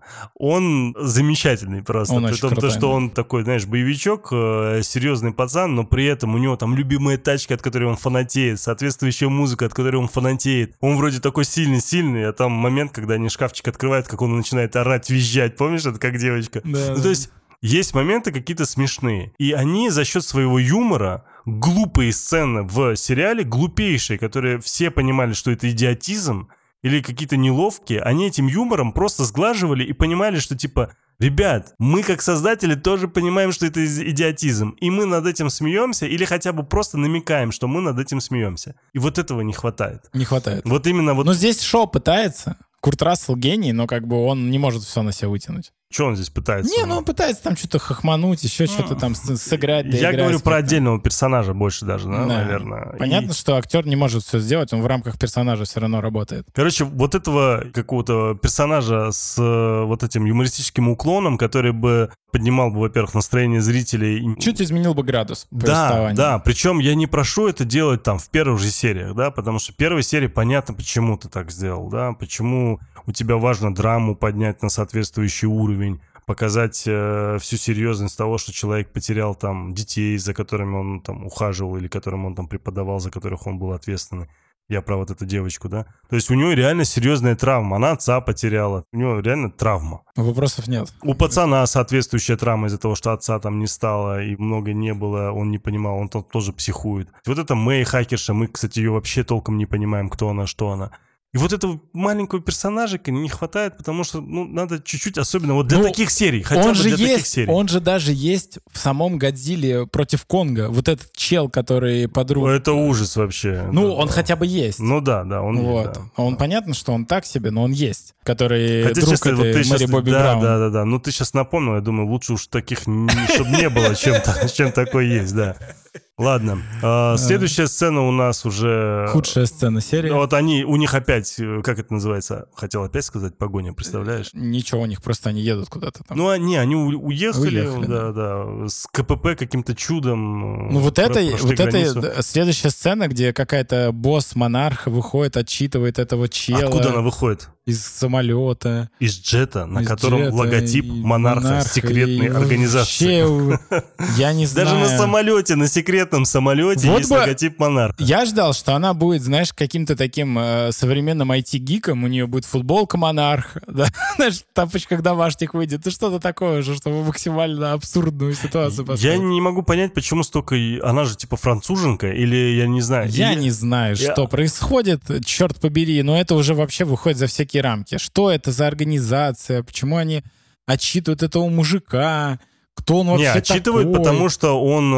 Он замечательный просто. Он При очень том, крутой, что да. он такой, знаешь, боевичок, серьезный пацан, но при этом у него там любимая тачка, от которой он фанатеет, соответствующая музыка, от которой он фанатеет. Он вроде такой сильный, а там момент, когда они шкафчик открывают, как он начинает орать, визжать. Помнишь, это как девочка? Да. Ну, то есть есть моменты какие-то смешные. И они за счет своего юмора, глупые сцены в сериале, глупейшие, которые все понимали, что это идиотизм, или какие-то неловкие, они этим юмором просто сглаживали и понимали, что типа, ребят, мы как создатели тоже понимаем, что это идиотизм, и мы над этим смеемся, или хотя бы просто намекаем, что мы над этим смеемся. И вот этого не хватает. Не хватает. Вот именно вот... Но здесь Шоу пытается. Курт Рассел гений, но как бы он не может все на себя вытянуть. Что он здесь пытается? Не, ну он пытается там что-то хохмануть, еще что-то там сыграть, доиграть. Я говорю про как-то. отдельного персонажа больше даже, да, Да. наверное. Понятно, что актер не может все сделать, он в рамках персонажа все равно работает. Короче, вот этого какого-то персонажа с вот этим юмористическим уклоном, который бы поднимал бы, во-первых, настроение зрителей. Чуть изменил бы градус Да, повествования. да, причем я не прошу это делать там в первых же сериях, да, потому что в первой серии понятно, почему ты так сделал, да, почему у тебя важно драму поднять на соответствующий уровень, показать всю серьезность того, что человек потерял там детей, за которыми он там ухаживал или которым он там преподавал, за которых он был ответственный. Я про вот эту девочку, да. То есть у нее реально серьезная травма. Она отца потеряла. У нее реально травма. Вопросов нет. У пацана соответствующая травма из-за того, что отца там не стало и много не было, он не понимал, он там тоже психует. Вот это Мэй хакерша, мы, кстати, ее вообще толком не понимаем, кто она, что она. И вот этого маленького персонажика не хватает, потому что, ну, надо чуть-чуть, особенно вот для таких серий, хотя бы для таких серий. Он же даже есть в самом «Годзилле против Конга». Вот этот чел, который подруг... Это ужас вообще. Ну, да, он да. хотя бы есть. Ну да, он вот. есть, да. Он понятно, что он так себе, но он есть. Который Хотя, друг честно, вот этой ты Мэри сейчас, Бобби Браун. Да. Ну, ты сейчас напомнил, я думаю, лучше уж таких, чтобы не было, чем такое есть, да. Ладно, следующая сцена у нас уже... Худшая сцена серии. Вот у них опять, как это называется, хотел опять сказать, погоня, представляешь? Ничего, у них просто они едут куда-то там. Ну, они уехали, Уехали, да, с КПП каким-то чудом. Ну, вот это границу. следующая сцена, где какая-то босс монарха выходит, отчитывает этого чела. Откуда она выходит? Из самолета. Из джета, на из котором джета, логотип и монарха секретной и организации. Вообще, я не знаю. Даже на самолете, на секретном самолете Вот есть бы логотип монарха. Я ждал, что она будет, знаешь, каким-то таким современным IT-гиком, у нее будет футболка монарх, да? Знаешь, в тапочках домашних выйдет, и что-то такое же, чтобы максимально абсурдную ситуацию поставить. Я не могу понять, почему столько... Она же типа француженка, или я не знаю. Я не знаю, что происходит, черт побери, но это уже вообще выходит за всякие рамки. Что это за организация, почему они отчитывают этого мужика, кто он вообще Не, отчитывают, такой? потому что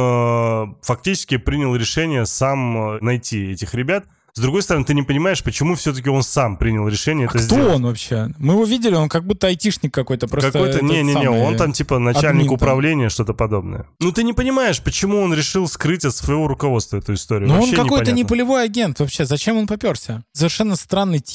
он фактически принял решение сам найти этих ребят. С другой стороны, ты не понимаешь, почему все-таки он сам принял решение это сделать. Кто он вообще? Мы его видели, он как будто айтишник какой-то. Просто Какой-то, не-не-не, он там типа начальник админ там. управления, что-то подобное. Ну ты не понимаешь, почему он решил скрыть от своего руководства эту историю. Ну он Вообще какой-то непонятно. не полевой агент вообще. Зачем он поперся? Совершенно странный тип.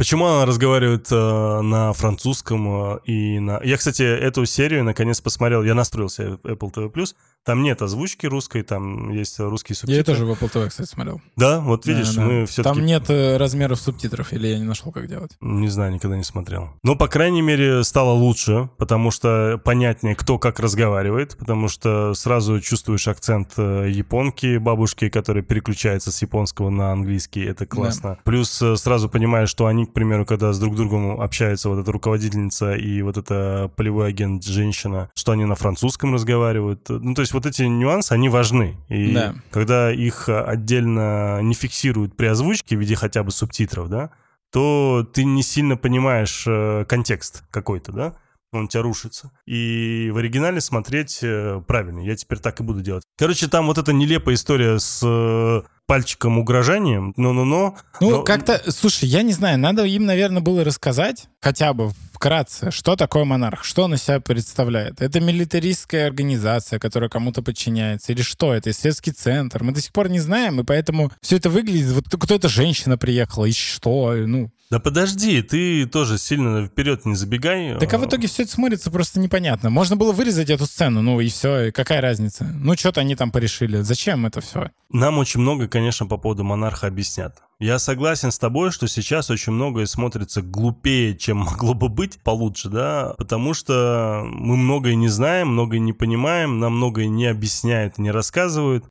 Почему она разговаривает на французском и на... Я, кстати, эту серию наконец посмотрел, я настроился Apple TV+, там нет озвучки русской, там есть русские субтитры. Я тоже в Apple TV, кстати, смотрел. Да? Вот видишь, Да. мы все-таки... Там нет размеров субтитров, или я не нашел, как делать. Не знаю, никогда не смотрел. Но, по крайней мере, стало лучше, потому что понятнее, кто как разговаривает, потому что сразу чувствуешь акцент японки, бабушки, которая переключается с японского на английский, это классно. Да. Плюс сразу понимаешь, что они, к примеру, когда с друг другом общаются, вот эта руководительница и вот эта полевой агент женщина, что они на французском разговаривают. Ну, то есть вот эти нюансы, они важны. И когда их отдельно не фиксируют при озвучке в виде хотя бы субтитров, да, то ты не сильно понимаешь контекст какой-то, да? Он у тебя рушится. И в оригинале смотреть правильно. Я теперь так и буду делать. Короче, там вот эта нелепая история с пальчиком угрожанием. Но как-то, слушай, я не знаю, надо им, наверное, было рассказать хотя бы вкратце, что такое монарх, что он из себя представляет. Это милитаристская организация, которая кому-то подчиняется, или что это, исследовательский центр. Мы до сих пор не знаем, и поэтому все это выглядит, вот кто-то женщина приехала, и что, ну... Да подожди, ты тоже сильно вперед не забегай. Так а в итоге все это смотрится просто непонятно. Можно было вырезать эту сцену, ну и все, и какая разница? Ну что-то они там порешили. Зачем это все? Нам очень много, конечно, по поводу монарха объяснят. Я согласен с тобой, что сейчас очень многое смотрится глупее, чем могло бы быть, получше, да, потому что мы многое не знаем, многое не понимаем, нам многое не объясняют, не рассказывают,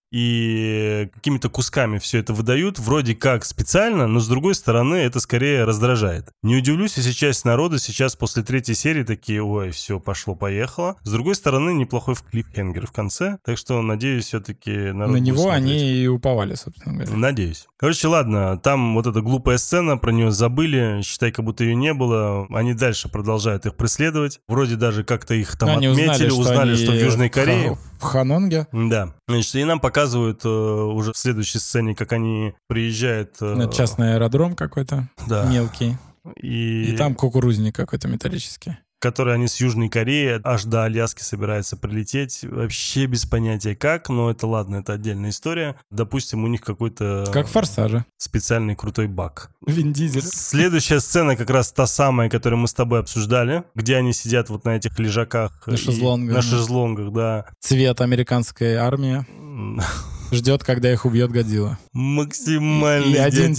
и какими-то кусками все это выдают, вроде как специально, но с другой стороны это скорее раздражает. Не удивлюсь, если часть народа сейчас после 3-й серии такие, ой, все, пошло-поехало. С другой стороны, неплохой клиффхенгер в конце, так что, надеюсь, все-таки народ на него смотреть. Они и уповали, собственно говоря. Надеюсь. Короче, ладно, там вот эта глупая сцена, про нее забыли, считай, как будто ее не было. Они дальше продолжают их преследовать. Вроде даже как-то их там отметили, узнали, что в Южной Корее. В Ханонге. Да. Значит, и нам показывают уже в следующей сцене, как они приезжают... На частный аэродром какой-то, мелкий. И там кукурузник какой-то металлический. Которые они с Южной Кореи аж до Аляски собираются прилететь. Вообще без понятия как, но это ладно, это отдельная история. Допустим, у них какой-то... Как в «Форсаже». Специальный крутой баг. Вин Дизель. Следующая сцена как раз та самая, которую мы с тобой обсуждали, где они сидят вот на этих лежаках. На шезлонгах. На шезлонгах, да. Цвет американской армии. Ждет, когда их убьет Годзилла. Максимально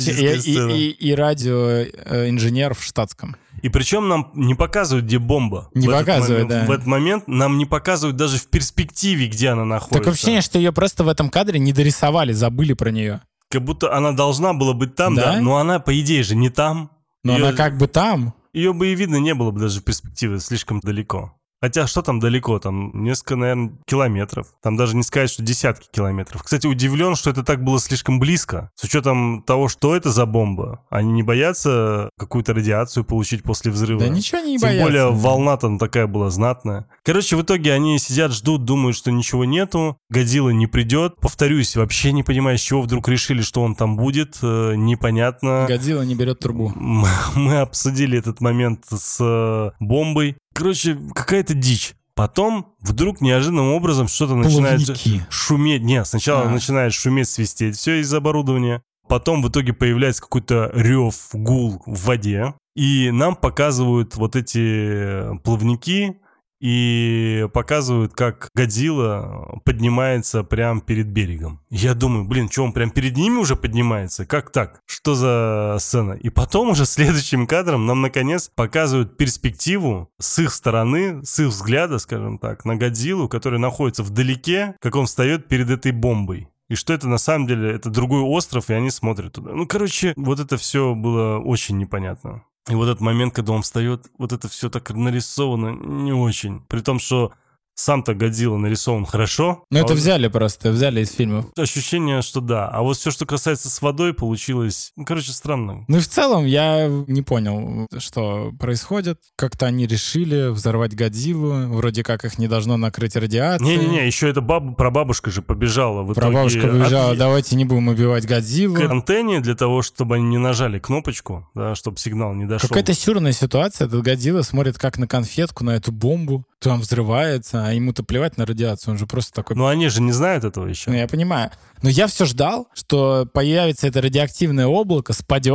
и радиоинженер в штатском. И причем нам не показывают, где бомба. Не показывают, да. В этот момент нам не показывают даже в перспективе, где она находится. Такое ощущение, что ее просто в этом кадре не дорисовали, забыли про нее. Как будто она должна была быть там, да? Но она, по идее же, не там. Но она как бы там. Ее бы и видно не было бы даже в перспективе, слишком далеко. Хотя что там далеко? Там несколько, наверное, километров. Там даже не сказать, что десятки километров. Кстати, удивлен, что это так было слишком близко. С учетом того, что это за бомба. Они не боятся какую-то радиацию получить после взрыва? Да ничего не боятся. Тем более волна там такая была знатная. Короче, в итоге они сидят, ждут, думают, что ничего нету. Годзилла не придет. Повторюсь, вообще не понимаю, с чего вдруг решили, что он там будет. Непонятно. Годзилла не берет трубу. Мы обсудили этот момент с бомбой. Короче, какая-то дичь. Потом вдруг неожиданным образом что-то начинает шуметь. Нет, сначала начинает шуметь, свистеть все из-за оборудования. Потом в итоге появляется какой-то рев, гул в воде. И нам показывают вот эти плавники и показывают, как Годзилла поднимается прямо перед берегом. Я думаю, что он прям перед ними уже поднимается? Как так? Что за сцена? И потом уже следующим кадром нам наконец показывают перспективу с их стороны, с их взгляда, скажем так, на Годзиллу, который находится вдалеке, как он встает перед этой бомбой. И что это на самом деле, это другой остров, и они смотрят туда. Вот это все было очень непонятно. И вот этот момент, когда он встает, вот это все так нарисовано не очень. При том, что сам-то Годзилла нарисован хорошо. Ну, это взяли из фильмов. Ощущение, что да. А вот все, что касается с водой, получилось, странно. Ну и в целом я не понял, что происходит. Как-то они решили взорвать Годзиллу. Вроде как их не должно накрыть радиацией. Не-не-не, еще эта прабабушка же побежала в итоге. Прабабушка побежала, давайте не будем убивать Годзиллу. К антенне для того, чтобы они не нажали кнопочку, да, чтобы сигнал не дошел. Какая-то сюрная ситуация. Этот Годзилла смотрит как на конфетку, на эту бомбу. Там взрывается, а ему-то плевать на радиацию, он же просто такой... Ну, они же не знают этого еще. Ну, я понимаю. Но я все ждал, что появится это радиоактивное облако, спадет,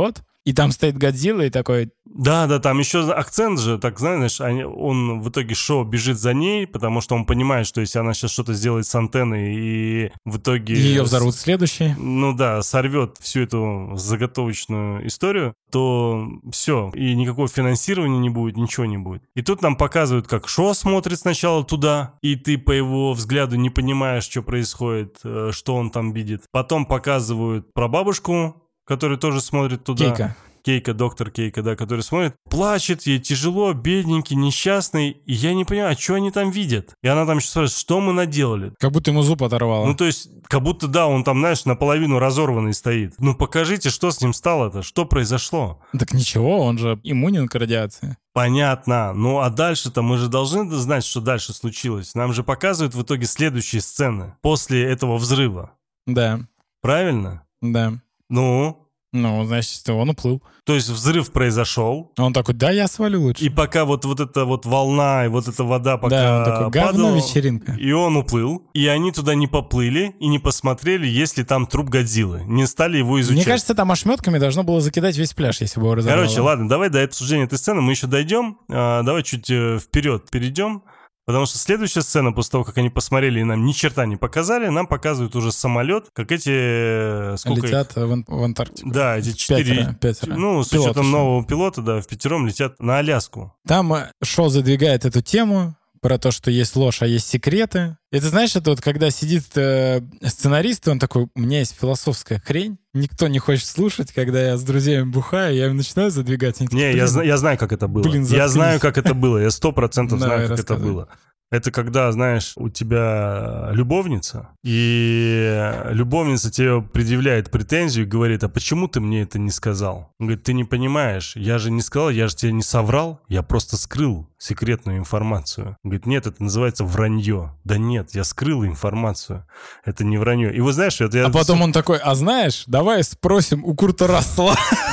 И там стоит Годзилла и такой... Да, там еще акцент же, так знаешь, он в итоге Шо бежит за ней, потому что он понимает, что если она сейчас что-то сделает с антенной и в итоге... Ее взорвут следующий. Ну да, сорвет всю эту заготовочную историю, то все, и никакого финансирования не будет, ничего не будет. И тут нам показывают, как Шо смотрит сначала туда, и ты по его взгляду не понимаешь, что происходит, что он там видит. Потом показывают прабабушку, которая тоже смотрит туда. Доктор Кейка, да, который смотрит, плачет, ей тяжело, бедненький, несчастный, и я не понимаю, а что они там видят? И она там еще спрашивает, что мы наделали? Как будто ему зуб оторвало. Ну, то есть, как будто, да, он там, знаешь, наполовину разорванный стоит. Ну, покажите, что с ним стало-то, что произошло? Так ничего, он же иммунен к радиации. Понятно. Ну, а дальше-то мы же должны знать, что дальше случилось. Нам же показывают в итоге следующие сцены после этого взрыва. Да. Правильно? Да. Ну, значит, он уплыл. То есть взрыв произошел. Он такой, да, я свалю лучше. И пока вот эта вот волна и вот эта вода пока да, он такой, говно вечеринка. И он уплыл. И они туда не поплыли и не посмотрели, есть ли там труп Годзиллы. Не стали его изучать. Мне кажется, там ошметками должно было закидать весь пляж, если бы его разорвало. Короче, ладно, давай до обсуждения этой сцены мы еще дойдем. Давай чуть вперед перейдем. Потому что следующая сцена, после того, как они посмотрели и нам ни черта не показали, нам показывают уже самолет, как эти... Летят в Антарктику. Да, эти 4... Пятеро. Ну, с учетом нового пилота, да, впятером летят на Аляску. Там Шо задвигает эту тему про то, что есть ложь, а есть секреты. Это, знаешь, это вот когда сидит сценарист, и он такой, у меня есть философская хрень, никто не хочет слушать, когда я с друзьями бухаю, я им начинаю задвигать. Не, я знаю, как это было. Я знаю, как это было, я 100% знаю, как это было. Это когда, знаешь, у тебя любовница, и любовница тебе предъявляет претензию и говорит, а почему ты мне это не сказал? Он говорит, ты не понимаешь, я же не сказал, я же тебе не соврал, я просто скрыл секретную информацию. Он говорит, нет, это называется вранье. Да нет, я скрыл информацию, это не вранье. И вы знаешь, это я... А потом он такой, а знаешь, давай спросим у Курта Рассела.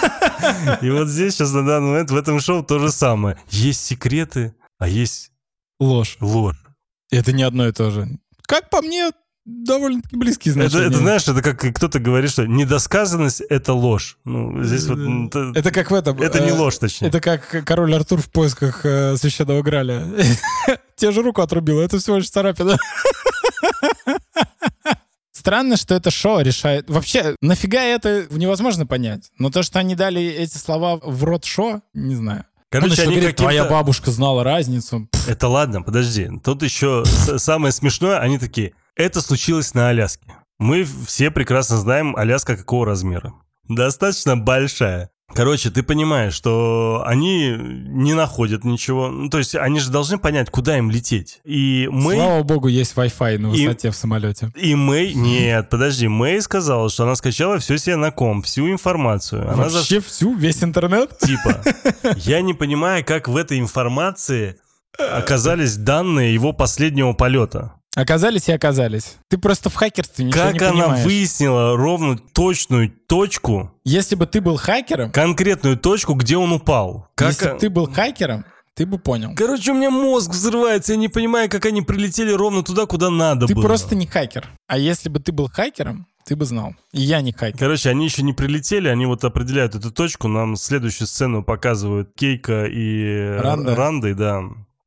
И вот здесь сейчас на данный момент в этом шоу то же самое. Есть секреты, а есть... Ложь. Это не одно и то же. Как по мне, довольно-таки близкие значения. Это, знаешь, это как кто-то говорит, что недосказанность — это ложь. Ну, здесь вот... Это как в этом... Это не ложь, точнее. Это как король Артур в поисках священного Граля. Те же руку отрубил, это всего лишь царапина. Странно, что это шоу решает... Вообще, нафига это невозможно понять. Но то, что они дали эти слова в рот Шо, не знаю. Короче, они говорит, твоя бабушка знала разницу. Это ладно, подожди. Тут еще самое смешное, они такие, это случилось на Аляске. Мы все прекрасно знаем, Аляска какого размера. Достаточно большая. Короче, ты понимаешь, что они не находят ничего. Ну, то есть они же должны понять, куда им лететь. И Мэй... Слава богу, есть Wi-Fi на высоте в самолете. И Мэй... Нет, подожди. Мэй сказала, что она скачала все себе на комп, всю информацию. Она вообще всю? Весь интернет? Типа. Я не понимаю, как в этой информации оказались данные его последнего полета. Оказались и оказались. Ты просто в хакерстве ничего не понимаешь. Как она выяснила ровно точную точку? Если бы ты был хакером... Конкретную точку, где он упал. Если бы ты был хакером, ты бы понял. Короче, у меня мозг взрывается, я не понимаю, как они прилетели ровно туда, куда надо было. Ты просто не хакер. А если бы ты был хакером, ты бы знал. И я не хакер. Короче, они еще не прилетели, они вот определяют эту точку. Нам следующую сцену показывают Кейка и Рандой, да.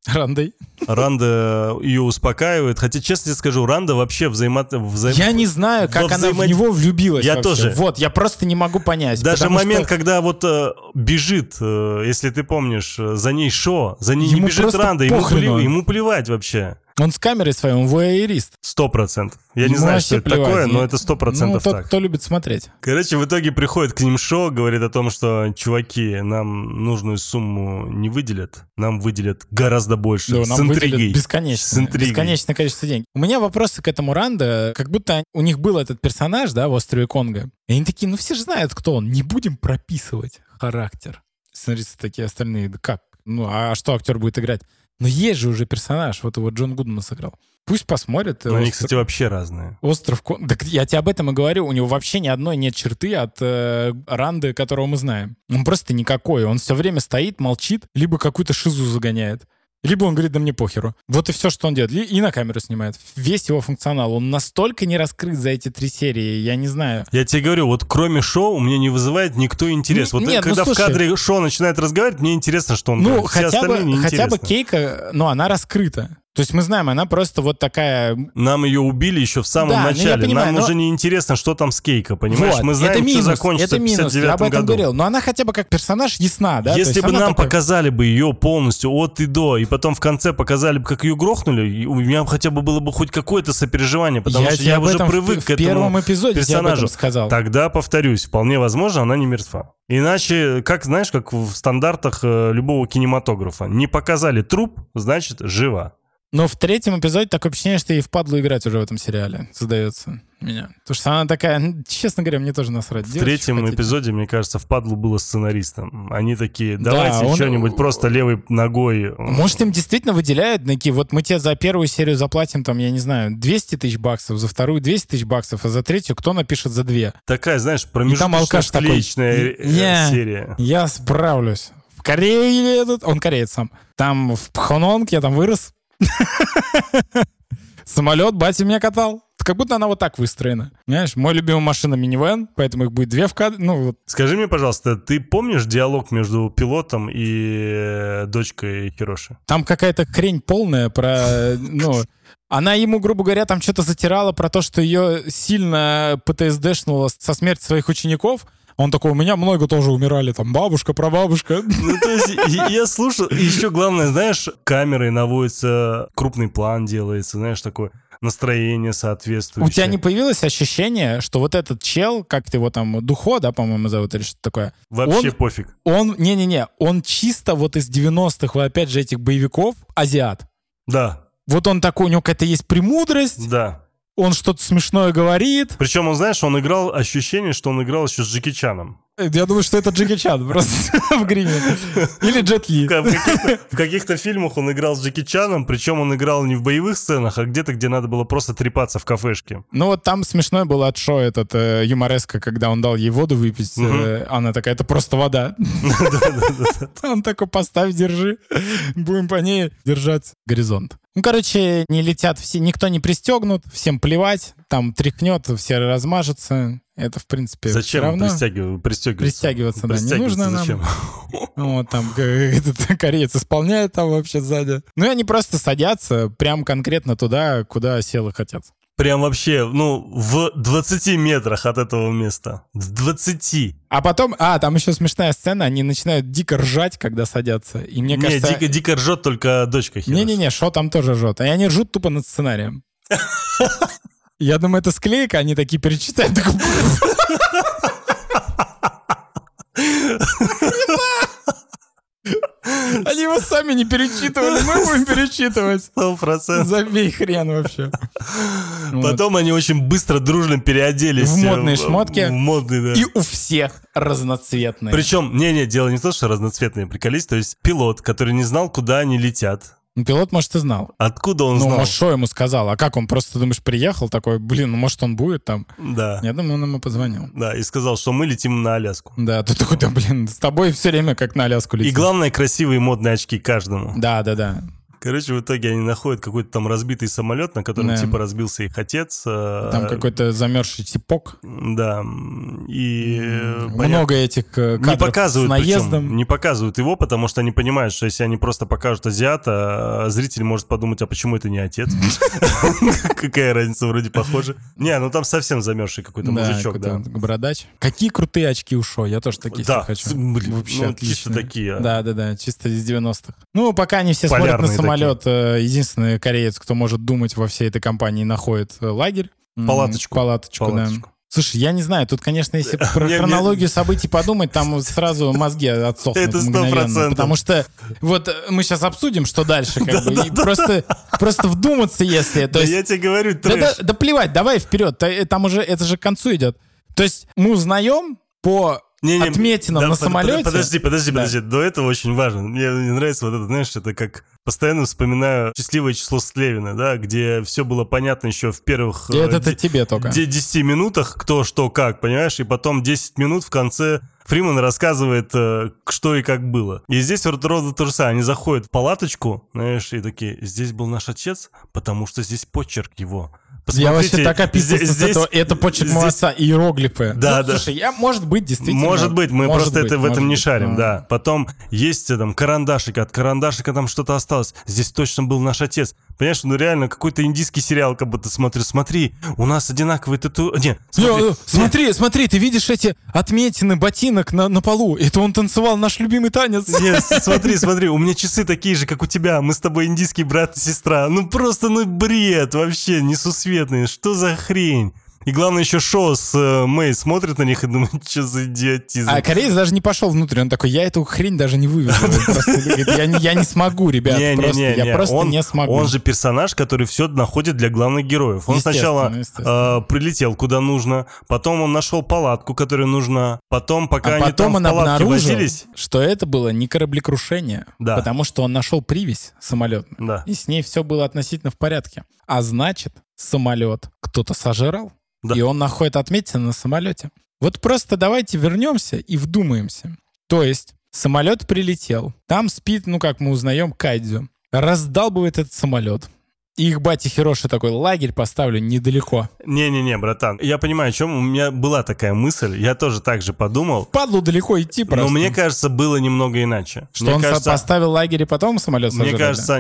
Ранда ее успокаивает. Хотя, честно тебе скажу, Ранда вообще Я не знаю, как она в него влюбилась. Я вообще. тоже. Вот, я просто не могу понять. Даже момент, когда вот бежит, если ты помнишь, за ней Шо, за ней ему не бежит Ранда, ему плевать вообще. Он с камерой своей, он вояерист. 100%. Я не знаю, что это такое, но это 100% ну, так. Кто любит смотреть. Короче, в итоге приходит к ним Шо, говорит о том, что, чуваки, нам нужную сумму не выделят, нам выделят гораздо больше. Да, с нам интригой. Бесконечное количество денег. У меня вопросы к этому Ранда, как будто у них был этот персонаж, да, в острове Конго. И они такие, ну все же знают, кто он, не будем прописывать характер. Сценаристы такие остальные, да как? Ну, а что актер будет играть? Но есть же уже персонаж, вот его Джон Гудман сыграл. Пусть посмотрят. Но они, кстати, вообще разные. Остров Конго. Так я тебе об этом и говорю. У него вообще ни одной нет черты от Ранды, которого мы знаем. Он просто никакой. Он все время стоит, молчит, либо какую-то шизу загоняет. Либо он говорит, да мне похеру. Вот и все, что он делает. И на камеру снимает. Весь его функционал, он настолько не раскрыт за эти 3 серии, я не знаю. Я тебе говорю, вот кроме шоу у меня не вызывает никто интерес. Вот нет, когда ну, слушай, в кадре шоу начинает разговаривать, мне интересно, что он говорит. Все остальные неинтересно. Хотя бы Кейка, но она раскрыта. То есть мы знаем, она просто вот такая... Нам ее убили еще в самом начале. Понимаю, нам уже не интересно, что там с Кейко, понимаешь? Вот, мы знаем, что закончится в 59-м году. Я об этом говорил. Но она хотя бы как персонаж ясна, да? Если бы нам показали бы ее полностью от и до, и потом в конце показали бы, как ее грохнули, у меня хотя бы было бы хоть какое-то сопереживание, потому что я уже привык к этому первом эпизоде персонажу. Сказал. Тогда, повторюсь, вполне возможно, она не мертва. Иначе, как знаешь, как в стандартах любого кинематографа, не показали труп, значит, жива. Но в 3-м эпизоде такое впечатление, что ей впадло играть уже в этом сериале, создается меня. Потому что она такая, честно говоря, мне тоже насрать. В 3-м эпизоде, мне кажется, впадлу было сценаристам. Они такие, давайте что-нибудь просто левой ногой. Может, им действительно выделяют такие, вот мы тебе за первую серию заплатим, там, я не знаю, 200 тысяч баксов, за вторую 200 тысяч баксов, а за третью кто напишет за 2? Такая, знаешь, промежуточно-склеечная серия. Я справлюсь. В Корее этот, он кореец сам. Там в Пхононг я там вырос. Самолет батя меня катал. Как будто она вот так выстроена. Понимаешь, мой любимая машина минивэн, поэтому их будет 2 в кадре. Ну, вот. Скажи мне, пожалуйста, ты помнишь диалог между пилотом и дочкой Хироши? Там какая-то хрень полная про... Ну, она ему, грубо говоря, там что-то затирала про то, что ее сильно ПТСДшнуло со смерти своих учеников. Он такой, у меня много тоже умирали, там, бабушка, прабабушка. Ну, то есть, я слушал, и еще главное, знаешь, камерой наводится, крупный план делается, знаешь, такое настроение соответствующее. У тебя не появилось ощущение, что вот этот чел, как ты его там, Духо, да, по-моему, зовут, или что-то такое? Вообще пофиг. Он чисто вот из 90-х, опять же, этих боевиков, азиат. Да. Вот он такой, у него какая-то есть премудрость. Да. Он что-то смешное говорит. Причем, он, знаешь, он играл, ощущение, что он играл еще с Джеки Чаном. Я думаю, что это Джеки Чан просто в гриме. Или Джет Ли. В каких-то фильмах он играл с Джеки Чаном, причем он играл не в боевых сценах, а где-то, где надо было просто трепаться в кафешке. Ну вот там смешной был от шоу этот юмореска, когда он дал ей воду выпить. Она такая, это просто вода. Он такой, поставь, держи. Будем по ней держать горизонт. Ну, короче, не летят все, никто не пристегнут, всем плевать, там тряхнет, все размажутся. Это, в принципе, зачем равно. Пристегиваться, да, не нужно зачем? Нам. Вот там этот кореец исполняет там вообще сзади. Ну, и они просто садятся прям конкретно туда, куда селы хотят. Прям вообще, в 20 метрах от этого места. В 20. А потом, там еще смешная сцена, они начинают дико ржать, когда садятся. И мне кажется... дико ржет только дочка Хироши. Не-не-не, Шо там тоже ржет. И они ржут тупо над сценарием. Я думаю, это склейка, они такие перечитают. Они его сами не перечитывали, мы будем перечитывать. 100%. Забей хрен вообще. Потом они очень быстро, дружно переоделись. В модные шмотки. В модные, да. И у всех разноцветные. Причем, дело не в том, что разноцветные, приколись. То есть пилот, который не знал, куда они летят. Пилот, может, и знал. Откуда он знал? Ну, может, Шо ему сказал. А как он просто, думаешь, приехал такой, может, он будет там? Да. Я думаю, он ему позвонил. Да, и сказал, что мы летим на Аляску. Да, ты такой, с тобой все время как на Аляску летим. И главное, красивые модные очки каждому. Да. Короче, в итоге они находят какой-то там разбитый самолет, на котором типа разбился их отец. Там какой-то замерзший типок. Да. И много этих кадров с наездом. Не показывают его, потому что они понимают, что если они просто покажут азиата, зритель может подумать, а почему это не отец? Какая разница, вроде похоже. Там совсем замерзший какой-то мужичок, да. Бородач. Какие крутые очки у Шо, я тоже такие хочу. Вообще отличные. Чисто такие. Да, чисто из 90-х. Пока они все смотрят на самолет, единственный кореец, кто может думать во всей этой компании, находит лагерь. Палаточку. Да. Слушай, я не знаю, тут, конечно, если про хронологию событий подумать, там сразу мозги отсохнут. Это 100%. Мгновенно. Потому что вот мы сейчас обсудим, что дальше, и просто вдуматься, если... Да я тебе говорю, трэш. Да плевать, давай вперед, там уже, это же к концу идет. То есть мы узнаем по... отметинам на самолете. Подожди. До этого очень важно. Мне нравится вот это, знаешь, это как постоянно вспоминаю «Счастливое число Слевина», да, где все было понятно еще в первых... Это тебе только. 10 минутах кто, что, как, понимаешь? И потом 10 минут в конце Фриман рассказывает, что и как было. И здесь вот ровно то же самое. Они заходят в палаточку, знаешь, и такие, здесь был наш отец, потому что здесь почерк его. Я вообще так описывал здесь, это почерк моего отца, иероглифы. Да, да. Слушай, может быть, действительно. Может быть, мы просто в этом не шарим, да. Потом есть там карандашик, от карандашика там что-то осталось. Здесь точно был наш отец. Понимаешь, ну реально какой-то индийский сериал, как будто смотрю. Смотри, у нас одинаковые татуировки. Смотри, ты видишь эти отметины ботинок на полу? Это он танцевал наш любимый танец. Нет, смотри, у меня часы такие же, как у тебя. Мы с тобой индийский брат и сестра. Ну просто, бред вообще несусветный. Что за хрень? И главное, еще Шо с Мэй смотрит на них и думает, что за идиотизм. А кореец даже не пошел внутрь. Он такой, я эту хрень даже не вывезу. Я не смогу, ребят. Я просто не смогу. Он же персонаж, который все находит для главных героев. Он сначала прилетел куда нужно, потом он нашел палатку, которая нужна, потом, пока они там в палатке возились... что это было не кораблекрушение, потому что он нашел привязь самолетную, и с ней все было относительно в порядке. А значит, самолет кто-то сожрал. Да. И он находит отметины на самолете. Вот просто давайте вернемся и вдумаемся. То есть самолет прилетел, там спит, как мы узнаем, Кайдзю. Раздалбывает этот самолет. И их батя Хироши такой, лагерь поставлю недалеко. Не-не-не, братан, я понимаю, о чем. У меня была такая мысль, я тоже так же подумал. Падлу далеко идти просто. Но мне кажется, было немного иначе. Что он поставил лагерь и потом самолет сожрали?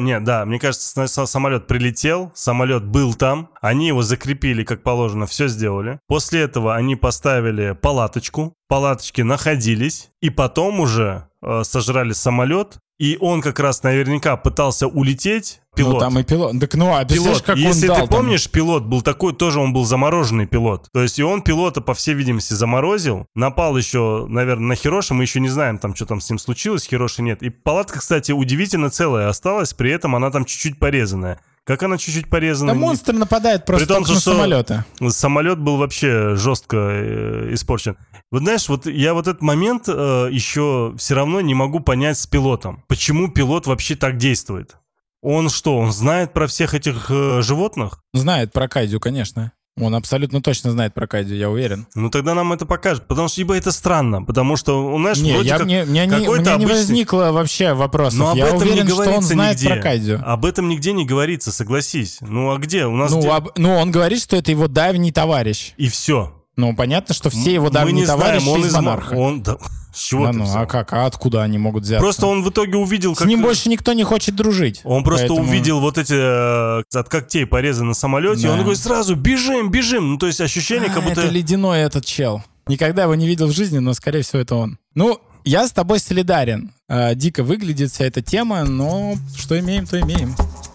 Мне кажется, самолет прилетел, самолет был там, они его закрепили как положено, все сделали. После этого они поставили палаточку, палаточки находились, и потом уже сожрали самолет, и он как раз наверняка пытался улететь. Пилот. Ну, там и пилот. Так, пилот. Как если он ты помнишь, пилот был такой, тоже он был замороженный пилот. То есть и он пилота, по всей видимости, заморозил. Напал еще, наверное, на Хироши. Мы еще не знаем, что там с ним случилось. Хироши нет. И палатка, кстати, удивительно целая осталась. При этом она там чуть-чуть порезанная. Как она чуть-чуть порезана? Да монстр нападает просто только на самолеты. Самолет был вообще жестко испорчен. Вот знаешь, я этот момент еще все равно не могу понять с пилотом. Почему пилот вообще так действует? Он что, он знает про всех этих животных? Знает про Кайдзю, конечно. Он абсолютно точно знает про Кайдзю, я уверен. Ну тогда нам это покажет, потому что это странно, потому что, знаешь, у меня не возникло вообще вопросов. Но я уверен, не что он знает про Кайдзю. Об этом нигде не говорится, согласись. Ну а где? У нас он говорит, что это его давний товарищ. И все. Ну, понятно, что все его давние товарищи из Монарха. С чего ты взял? А как? А откуда они могут взяться? Просто он в итоге увидел... С ним больше никто не хочет дружить. Он просто увидел вот эти от когтей порезы на самолете, и он говорит сразу бежим. Ну, то есть ощущение, как будто... Это ледяной этот чел. Никогда его не видел в жизни, но, скорее всего, это он. Ну, я с тобой солидарен. Дико выглядит вся эта тема, но что имеем, то имеем.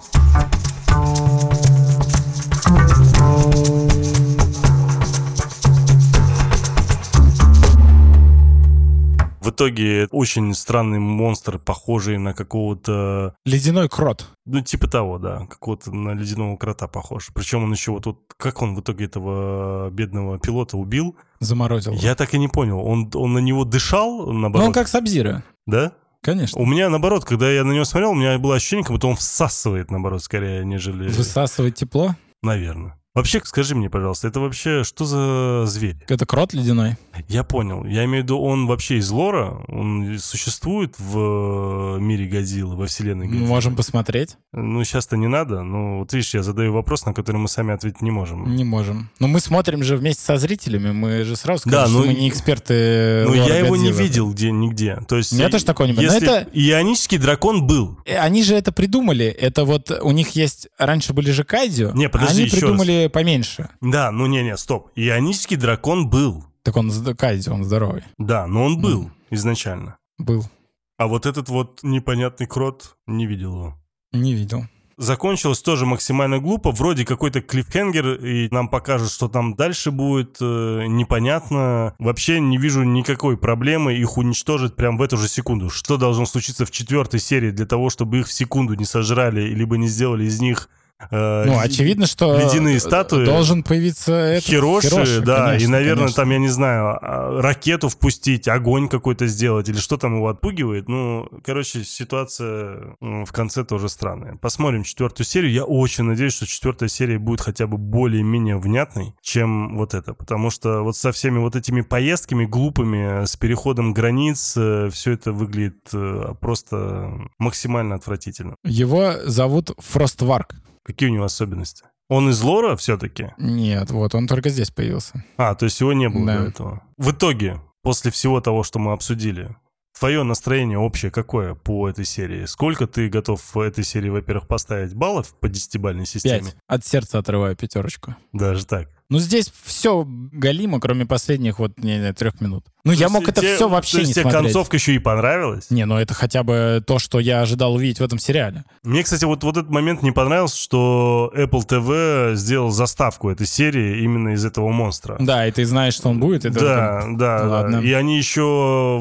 В итоге очень странный монстр, похожий на какого-то... Ледяной крот. Ну, типа того, да. Какого-то на ледяного крота похож. Причем он еще как он в итоге этого бедного пилота убил? Заморозил. Я так и не понял. Он на него дышал, наоборот? Ну, он как Саб-Зиро. Да? Конечно. У меня, наоборот, когда я на него смотрел, у меня было ощущение, как будто он всасывает, наоборот, скорее, нежели... Высасывает тепло? Наверное. Вообще, скажи мне, пожалуйста, это вообще что за зверь? Это крот ледяной. Я понял. Я имею в виду, он вообще из лора? Он существует в мире Годзиллы, во вселенной Годзиллы? Мы можем посмотреть. Ну, сейчас-то не надо. Ну, вот видишь, я задаю вопрос, на который мы сами ответить не можем. Не можем. Но мы смотрим же вместе со зрителями. Мы же сразу скажем, что мы не эксперты лора я его Годзиллы. не видел нигде. То есть, я тоже такого не понимаю. Это... Ионический дракон был. Они же это придумали. Это у них есть... Раньше были же Кайдзю, подожди, они придумали поменьше. Да, стоп. Ионический дракон был. Так он Кайдзю, он здоровый. Да, но он был изначально. Был. А вот этот непонятный крот, не видел его. Не видел. Закончилось тоже максимально глупо. Вроде какой-то клиффхенгер, и нам покажут, что там дальше будет. Непонятно. Вообще не вижу никакой проблемы их уничтожить прямо в эту же секунду. Что должно случиться в 4-й серии для того, чтобы их в секунду не сожрали, либо не сделали из них очевидно, что ледяные статуи. Должен появиться этот Хироши, да, конечно, и, наверное, конечно. там, я не знаю, ракету впустить, огонь какой-то сделать, или что там его отпугивает. Ну, короче, ситуация в конце тоже странная. Посмотрим 4-ю серию. Я очень надеюсь, что 4-я серия будет хотя бы более-менее внятной, чем вот это. Потому что вот со всеми вот этими поездками глупыми, с переходом границ, все это выглядит просто максимально отвратительно. Его зовут Фростварк. Какие у него особенности? Он из лора все-таки? Нет, вот он только здесь появился. То есть его не было Да. до этого. В итоге, после всего того, что мы обсудили, твое настроение общее какое по этой серии? Сколько ты готов в этой серии, во-первых, поставить баллов по 10-бальной системе? 5. От сердца отрываю 5. Даже так. Ну, здесь все галимо, кроме последних, 3 минут. Ну, я мог это все вообще не тебе смотреть. Концовка еще и понравилась? Не, ну это хотя бы то, что я ожидал увидеть в этом сериале. Мне, кстати, вот этот момент не понравился, что Apple TV сделал заставку этой серии именно из этого монстра. Да, и ты знаешь, что он будет. Да. Ладно. И они еще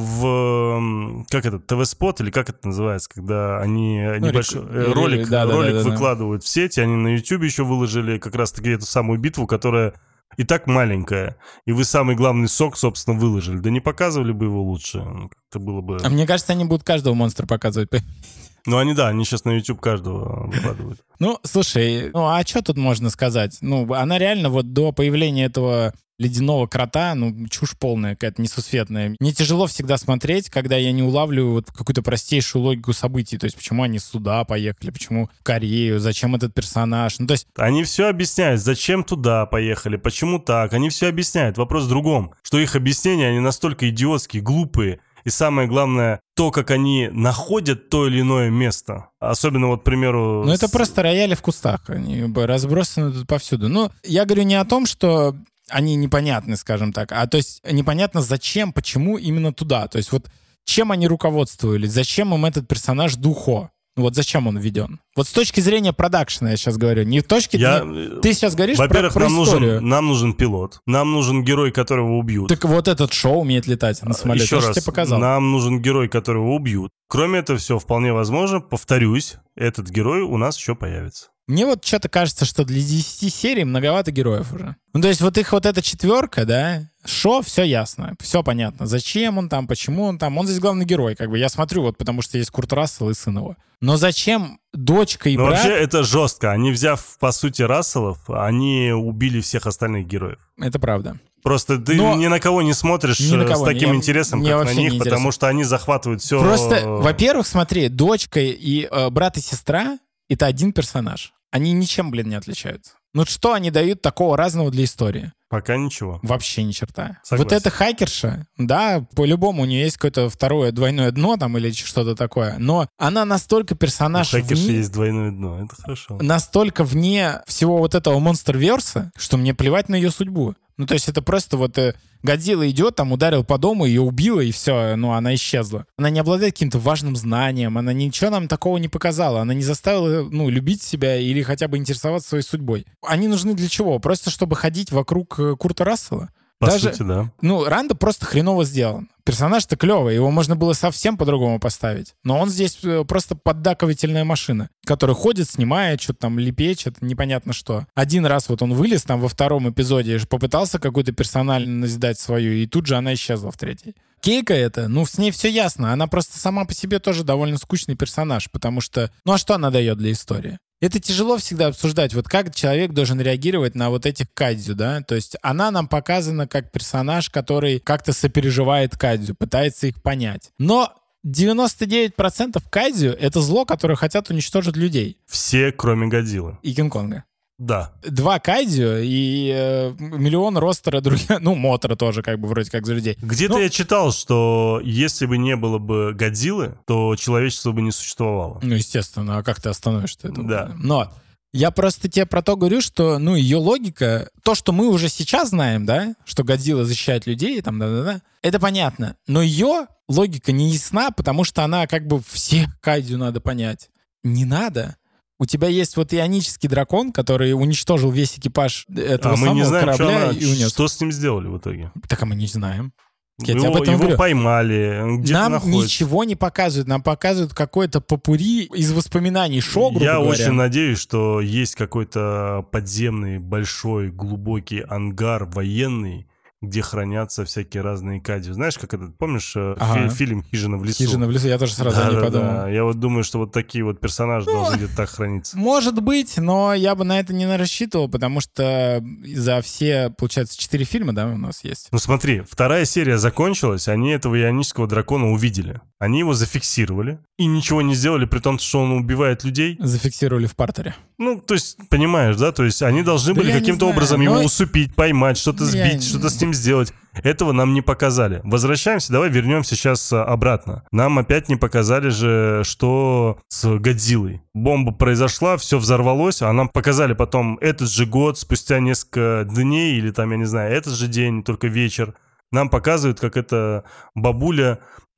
в... Как это? ТВ-спот? Или как это называется? Когда они небольшой ролик выкладывают в сеть. Они на YouTube еще выложили как раз-таки эту самую битву, которая и так маленькая. И вы самый главный сок, собственно, выложили. Да не показывали бы его лучше. Как-то было бы... А мне кажется, они будут каждого монстра показывать. Ну, они сейчас на YouTube каждого выкладывают. Ну, слушай, а что тут можно сказать? Ну, она реально вот до появления этого ледяного крота, чушь полная какая-то, несусветная. Мне тяжело всегда смотреть, когда я не улавливаю вот какую-то простейшую логику событий. То есть, почему они сюда поехали, почему в Корею, зачем этот персонаж. Ну, то есть... Они все объясняют, зачем туда поехали, почему так. Они все объясняют. Вопрос в другом, что их объяснения, они настолько идиотские, глупые. И самое главное, то, как они находят то или иное место. Особенно вот, к примеру... Ну, это просто рояли в кустах. Они разбросаны тут повсюду. Ну, я говорю не о том, что они непонятны, скажем так, а то есть непонятно зачем, почему именно туда. То есть вот чем они руководствовались, зачем им этот персонаж Духо? Вот зачем он введен? Вот с точки зрения продакшена я сейчас говорю. Не в точке... Ты сейчас говоришь про историю. Нам нужен пилот. Нам нужен герой, которого убьют. Так вот этот шоу умеет летать на самолете. Еще раз, тебе показал. нам нужен герой, которого убьют. Кроме этого всего, вполне возможно, повторюсь, этот герой у нас еще появится. Мне вот что-то кажется, что для 10 серий многовато героев уже. Ну, то есть вот их вот эта 4, да, шо, все ясно, все понятно. Зачем он там, почему он там. Он здесь главный герой, как бы. Я смотрю вот, потому что есть Курт Рассел и сын его. Но зачем дочка и брат... Вообще это жестко. Они, взяв, по сути, Расселов, они убили всех остальных героев. Это правда. Просто ты ни на кого не смотришь с таким интересом, как на них, потому что они захватывают все... Просто, во-первых, смотри, дочка и брат и сестра — это один персонаж. Они ничем, не отличаются. Ну что они дают такого разного для истории? Пока ничего. Вообще ни черта. Согласен. Вот эта хакерша, да, по-любому у нее есть какое-то второе двойное дно там или что-то такое, но она настолько персонаж... У хакерши есть двойное дно, это хорошо. Настолько вне всего вот этого монстр-верса, что мне плевать на ее судьбу. Ну, то есть это просто вот Годзилла идет, там ударил по дому, ее убило, и все, она исчезла. Она не обладает каким-то важным знанием, она ничего нам такого не показала, она не заставила, любить себя или хотя бы интересоваться своей судьбой. Они нужны для чего? Просто чтобы ходить вокруг Курта Рассела? По сути, да. Рандо просто хреново сделан. Персонаж-то клевый, его можно было совсем по-другому поставить. Но он здесь просто поддакивательная машина, которая ходит, снимает, что-то там лепечет, непонятно что. Один раз вот он вылез там во 2 эпизоде, попытался какую-то персональность дать свою, и тут же она исчезла в 3. Кейка это, с ней все ясно. Она просто сама по себе тоже довольно скучный персонаж, потому что... а что она дает для истории? Это тяжело всегда обсуждать, вот как человек должен реагировать на вот этих кадзю, да, то есть она нам показана как персонаж, который как-то сопереживает кадзю, пытается их понять. Но 99% кадзю — это зло, которое хотят уничтожить людей. Все, кроме Годзиллы. И Кинг-Конга. Да. 2 кайдзю и миллион ростера других, Мотора тоже вроде как за людей. Где-то я читал, что если бы не было бы Годзиллы, то человечество бы не существовало. Естественно, а как ты остановишь-то это? Да. Но я просто тебе про то говорю, что, ее логика, то, что мы уже сейчас знаем, да, что Годзилла защищает людей, там, да-да-да, это понятно. Но ее логика не ясна, потому что она всех кайдзю надо понять. Не надо. У тебя есть вот ионический дракон, который уничтожил весь экипаж этого самого корабля и унес. Что с ним сделали в итоге? Так, а мы не знаем. Я тебе об этом его говорю. поймали, где-то Нам находится. ничего не показывают. Нам показывают какое-то попурри из воспоминаний Шо, грубо Я говоря. очень надеюсь, что есть какой-то подземный, большой, глубокий ангар военный, где хранятся всякие разные кади. Знаешь, как это, помнишь, фильм «Хижина в лесу»? «Хижина в лесу», я тоже сразу не подумал. Да. Я вот думаю, что вот такие вот персонажи должны где-то так храниться. Может быть, но я бы на это не рассчитывал, потому что за все, получается, 4 фильма, да, у нас есть. Ну смотри, 2 серия закончилась, они этого ионического дракона увидели. Они его зафиксировали и ничего не сделали, при том, что он убивает людей. Зафиксировали в партере. Ну, то есть, понимаешь, да? То есть они должны были я не каким-то знаю, образом но- его усыпить, поймать, что-то Я сбить, не- что-то с ним сделать. Этого нам не показали. Возвращаемся, давай вернемся сейчас обратно. Нам опять не показали же, что с Годзиллой. Бомба произошла, все взорвалось, а нам показали потом этот же год, спустя несколько дней, или там, я не знаю, этот же день, только вечер. Нам показывают, как эта бабуля,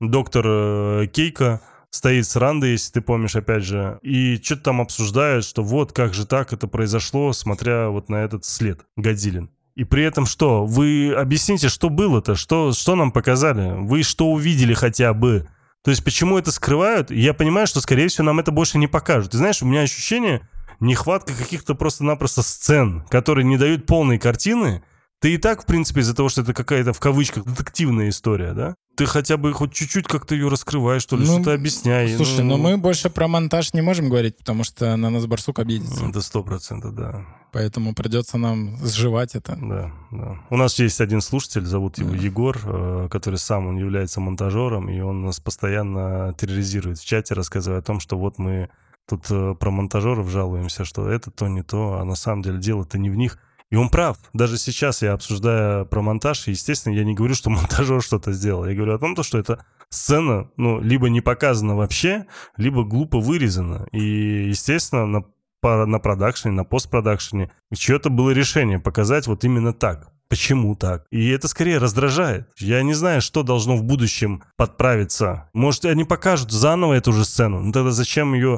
доктор Кейко, стоит с Рандой, если ты помнишь, опять же, и что-то там обсуждают, что вот как же так это произошло, смотря вот на этот след Годзиллин. И при этом что? Вы объясните, что было-то? Что нам показали? Вы что увидели хотя бы? То есть почему это скрывают? Я понимаю, что, скорее всего, нам это больше не покажут. Ты знаешь, у меня ощущение нехватка каких-то просто-напросто сцен, которые не дают полной картины. Ты и так, в принципе, из-за того, что это какая-то, в кавычках, детективная история, да? Ты хотя бы хоть чуть-чуть как-то ее раскрываешь, что ли, что-то объясняй. Слушай, но мы больше про монтаж не можем говорить, потому что на нас барсук обидится. Это 100%, да. Поэтому придется нам сживать это. Да. У нас есть один слушатель, зовут его Егор, который сам, он является монтажером, и он нас постоянно терроризирует в чате, рассказывая о том, что вот мы тут про монтажеров жалуемся, что это то, не то, а на самом деле дело-то не в них. И он прав. Даже сейчас я обсуждаю про монтаж, и, естественно, я не говорю, что монтажер что-то сделал. Я говорю о том, что эта сцена, либо не показана вообще, либо глупо вырезана. И, естественно, на продакшене, на постпродакшене чье-то было решение показать вот именно так. Почему так? И это скорее раздражает. Я не знаю, что должно в будущем подправиться. Может, они покажут заново эту же сцену. Ну тогда зачем ее...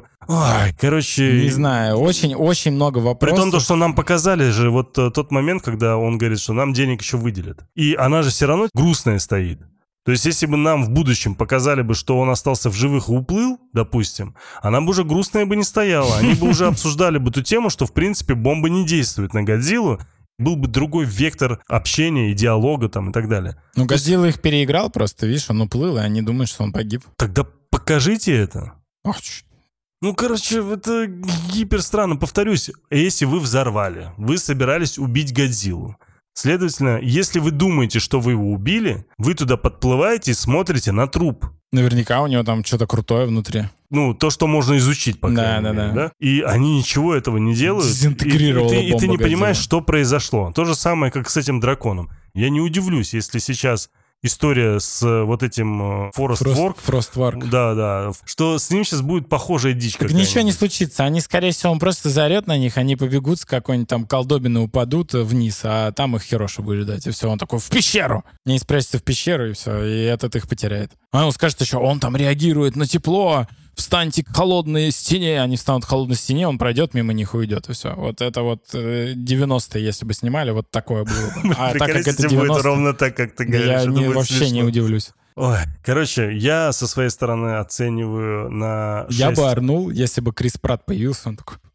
Не знаю, очень много вопросов. При том, что нам показали же вот тот момент, когда он говорит, что нам денег еще выделят. И она же все равно грустная стоит. То есть, если бы нам в будущем показали бы, что он остался в живых и уплыл, допустим, она бы уже грустная бы не стояла. Они бы уже обсуждали бы ту тему, что, в принципе, бомба не действует на Годзиллу. Был бы другой вектор общения и диалога там и так далее. Ну, Годзилла их переиграл просто, видишь, он уплыл, и они думают, что он погиб. Тогда покажите это. Ну, короче, это гипер странно. Повторюсь, если вы взорвали, вы собирались убить Годзиллу. Следовательно, если вы думаете, что вы его убили, вы туда подплываете и смотрите на труп. Наверняка у него там что-то крутое внутри. То, что можно изучить, по крайней мере, да? И они ничего этого не делают. Дезинтегрировала и ты не бомба понимаешь, Годзилла. что произошло. То же самое, как с этим драконом. Я не удивлюсь, если сейчас история с вот этим Frostwork. Да, что с ним сейчас будет похожая дичь Так какая-нибудь. ничего не случится. Они, скорее всего, он просто заорет на них, они побегут с какой-нибудь там колдобины, упадут вниз, а там их Хироша будет ждать. И все, он такой, в пещеру! Не спрячется в пещеру, и все, и этот их потеряет. А он скажет еще, он там реагирует на тепло, встаньте к холодной стене. Они встанут к холодной стене, он пройдет мимо них и уйдет, и все. Вот это вот 90-е, если бы снимали, вот такое было бы. А так как это 90-е... будет ровно так, как ты говоришь. Я это будет вообще смешно. не удивлюсь. Ой, короче, я со своей стороны оцениваю на 6. Я бы орнул, если бы Крис Пратт появился, он такой...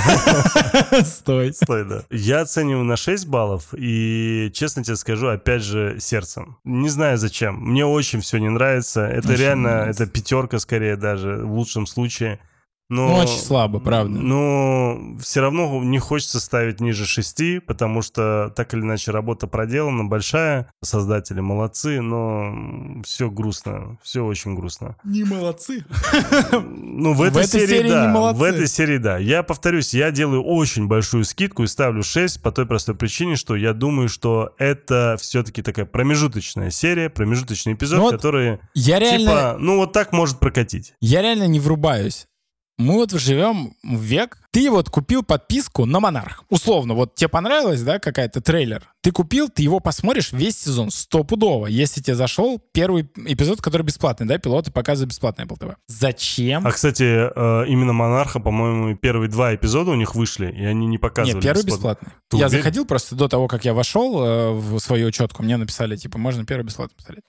Стой. Стой, да. Я оцениваю на 6 баллов, и, честно тебе скажу, опять же, сердцем. Не знаю зачем. Мне очень все не нравится. Это Очень реально, нравится. это 5 скорее даже, в лучшем случае. Но, Ну, очень слабо, правда. Но все равно не хочется ставить ниже 6, потому что так или иначе работа проделана, большая, создатели молодцы, но все грустно, все очень грустно. Не молодцы. В этой серии не да. молодцы. В этой серии да. Я повторюсь, я делаю очень большую скидку и ставлю 6 по той простой причине, что я думаю, что это все-таки такая промежуточная серия, промежуточный эпизод, Ну вот который Я реально, вот так может прокатить. я реально не врубаюсь. Мы вот живем в век, Ты вот купил подписку на «Монарх». Условно, вот тебе понравилось, да, какая-то трейлер? Ты купил, ты его посмотришь весь сезон стопудово, если тебе зашел первый эпизод, который бесплатный, да, пилоты показывают бесплатно Apple TV. Зачем? А, кстати, именно «Монарха», по-моему, первые 2 эпизода у них вышли, и они не показывали. Нет, первый бесплатный. Я заходил просто до того, как я вошел в свою учетку, мне написали, типа, можно первый бесплатно посмотреть.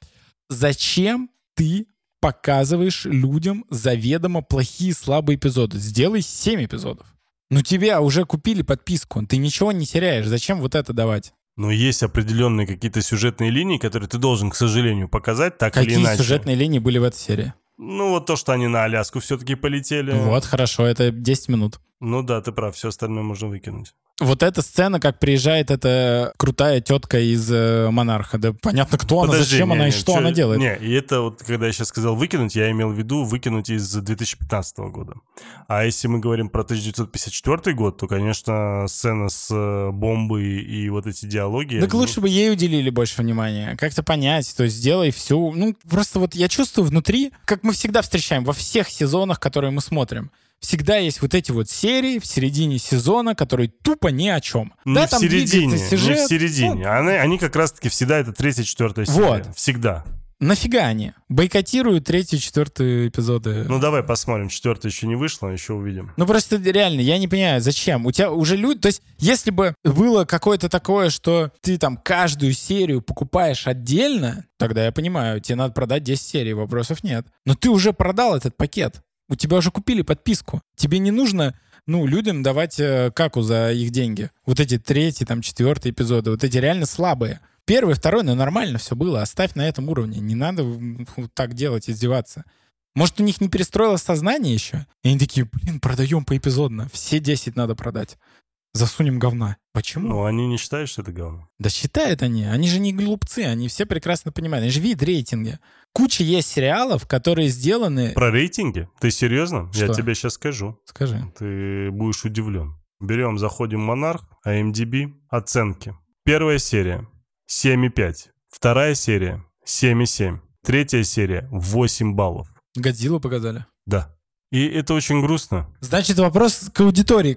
Зачем ты показываешь людям заведомо плохие, слабые эпизоды? Сделай 7 эпизодов. Ну, тебя уже купили подписку, ты ничего не теряешь. Зачем вот это давать? Но есть определенные какие-то сюжетные линии, которые ты должен, к сожалению, показать так или иначе. Какие сюжетные линии были в этой серии? Ну, вот то, что они на Аляску все-таки полетели. Вот, хорошо, это 10 минут. Ну да, ты прав, все остальное можно выкинуть. Вот эта сцена, как приезжает эта крутая тетка из «Монарха». Да понятно, кто она, зачем она и что она делает. Не, и это вот, когда я сейчас сказал выкинуть, я имел в виду выкинуть из 2015 года. А если мы говорим про 1954 год, то, конечно, сцена с бомбой и вот эти диалоги... Так лучше бы ей уделили больше внимания. Как-то понять, то есть сделай всю... Ну, просто вот я чувствую внутри, как мы всегда встречаем во всех сезонах, которые мы смотрим. Всегда есть вот эти вот серии в середине сезона, которые тупо ни о чем. Не да, в там середине, сюжет, не в середине. Ну, Они как раз-таки всегда это 3-4 серия. Вот. Всегда. Нафига они? Бойкотируют 3-4 эпизоды. Ну, давай посмотрим. 4 еще не вышло, еще увидим. Ну, просто реально, я не понимаю, зачем? У тебя уже люди... То есть, если бы было какое-то такое, что ты там каждую серию покупаешь отдельно, тогда я понимаю, тебе надо продать 10 серий, вопросов нет. Но ты уже продал этот пакет. У тебя уже купили подписку. Тебе не нужно, людям давать каку за их деньги. Вот эти 3-й, там, 4-й эпизоды, вот эти реально слабые. 1-й, 2-й, нормально все было. Оставь на этом уровне. Не надо так делать, издеваться. Может, у них не перестроилось сознание еще? И они такие, продаем поэпизодно. Все 10 надо продать. Засунем говна. Почему? Ну, они не считают, что это говно. Да считают они. Они же не глупцы. Они все прекрасно понимают. Они же видят рейтинги. Куча есть сериалов, которые сделаны... Про рейтинги? Ты серьезно? Что? Я тебе сейчас скажу. Скажи. Ты будешь удивлен. Заходим в «Монарх», IMDb, оценки. 1 серия 7,5. 2 серия 7,7. 3 серия 8 баллов. «Годзиллу» показали. Да. И это очень грустно. Значит, вопрос к аудитории.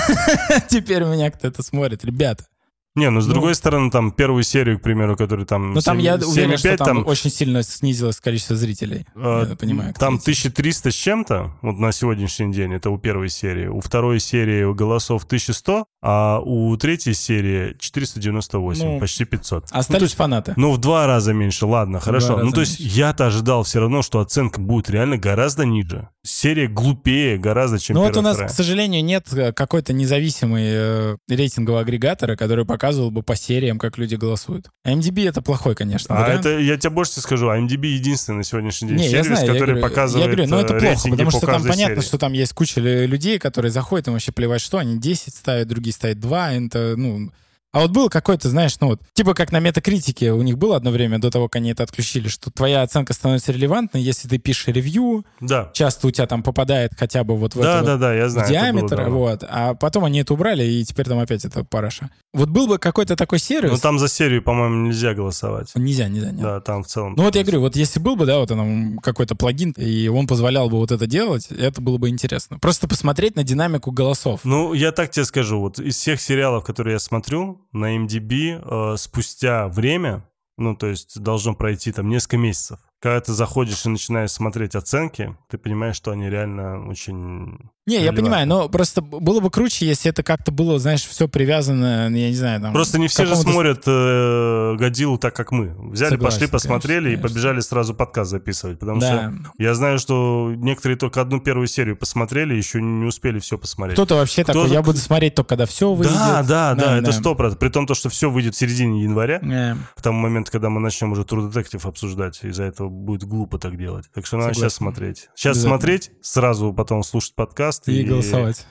Теперь у меня кто-то смотрит. Ребята. Не, с другой стороны, там первую серию, к примеру, которая там... Ну, там я уверен, что 7,5, там очень сильно снизилось количество зрителей. Я понимаю. Там 1300 с чем-то, вот на сегодняшний день, это у 1 серии. У 2 серии голосов 1100, а у 3 серии 498, почти 500. Остались фанаты. В 2 раза меньше, ладно, хорошо. То есть меньше. я-то ожидал все равно, что оценка будет реально гораздо ниже. Серия глупее гораздо, чем первая, вот у нас, вторая. к сожалению, нет какой-то независимой рейтингового агрегатора, который показывал бы по сериям, как люди голосуют. IMDb — это плохой, конечно, вариант. Это, я тебе больше скажу, IMDb единственный на сегодняшний день Не, сервис, я знаю, который показывает это плохо, рейтинги потому по что там каждой понятно, серии. что там есть куча людей, которые заходят, им вообще плевать, что они 10 ставят, другие ставят 2, это, А вот было какое-то, знаешь, типа как на метакритике у них было одно время до того, как они это отключили, что твоя оценка становится релевантной, если ты пишешь ревью, Да. часто у тебя там попадает хотя бы вот в я знаю, диаметр, это было давно. а потом они это убрали, и теперь там опять это параша. Вот был бы какой-то такой сервис... Но там за серию, по-моему, нельзя голосовать. Нельзя. Да, там в целом. Вот я говорю, вот если был бы, там какой-то плагин, и он позволял бы вот это делать, это было бы интересно. Просто посмотреть на динамику голосов. Я так тебе скажу, вот из всех сериалов, которые я смотрю, на IMDb спустя время, то есть должно пройти там несколько месяцев, когда ты заходишь и начинаешь смотреть оценки, ты понимаешь, что они реально очень... Не, я понимаю, но просто было бы круче, если это как-то было, знаешь, все привязано, я не знаю, там... Просто не все же смотрят «Годзиллу» так, как мы. Взяли, Согласен, пошли, посмотрели конечно. И побежали сразу подкаст записывать. Потому что я знаю, что некоторые только одну первую серию посмотрели, еще не успели все посмотреть. Кто-то вообще такой, я буду смотреть только когда все выйдет. Да, это 100%. При том, что все выйдет в середине января, к тому моменту, когда мы начнем уже True Detective обсуждать. Из-за этого будет глупо так делать. Так что надо сейчас смотреть. Сейчас смотреть, сразу потом слушать подкаст. И голосовать.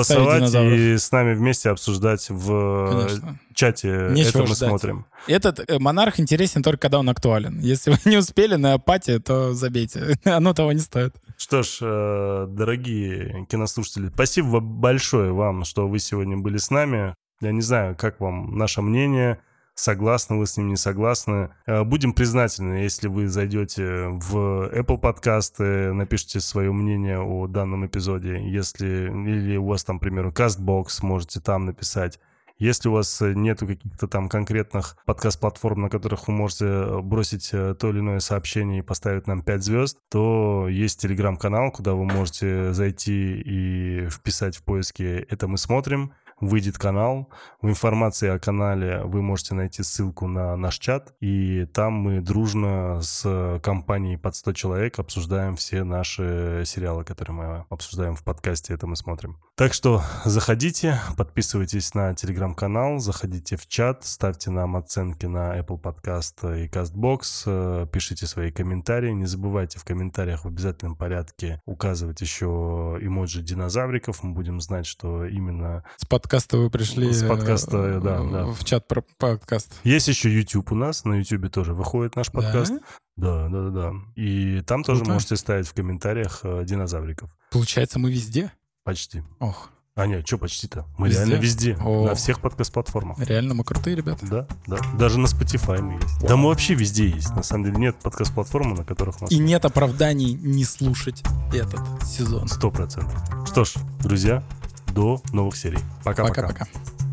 И с нами вместе обсуждать в чате. Нечего это мы ждать. смотрим. Этот «Монарх» интересен только когда он актуален. Если вы не успели на пати, то забейте. Оно того не стоит. Что ж, дорогие кинослушатели, спасибо большое вам, что вы сегодня были с нами. Я не знаю, как вам наше мнение. согласны вы с ним, не согласны. Будем признательны, если вы зайдете в Apple подкасты, напишите свое мнение о данном эпизоде. Или у вас там, к примеру, CastBox, можете там написать. Если у вас нету каких-то там конкретных подкаст-платформ, на которых вы можете бросить то или иное сообщение и поставить нам 5 звезд, то есть телеграм-канал, куда вы можете зайти и вписать в поиске «Это мы смотрим». Выйдет канал. В информации о канале вы можете найти ссылку на наш чат, и там мы дружно с компанией под 100 человек обсуждаем все наши сериалы, которые мы обсуждаем в подкасте «Это мы смотрим». Так что заходите, подписывайтесь на телеграм-канал, заходите в чат, ставьте нам оценки на Apple Podcast и CastBox, пишите свои комментарии. Не забывайте в комментариях в обязательном порядке указывать еще эмоджи динозавриков. Мы будем знать, что именно... С подкаста вы пришли с подкаста, да. в чат про подкаст. Есть еще YouTube у нас, на YouTube тоже выходит наш подкаст. Да. И там тоже можете ставить в комментариях динозавриков. Получается, мы везде? Почти. Ох. А нет, что почти-то? Мы реально везде, на всех подкаст-платформах. Реально мы крутые ребята. Да. Даже на Spotify мы есть. Да мы вообще везде есть. На самом деле нет подкаст-платформы, на которых нас... И нет оправданий не слушать этот сезон. 100%. Что ж, друзья, до новых серий. Пока-пока. Пока-пока.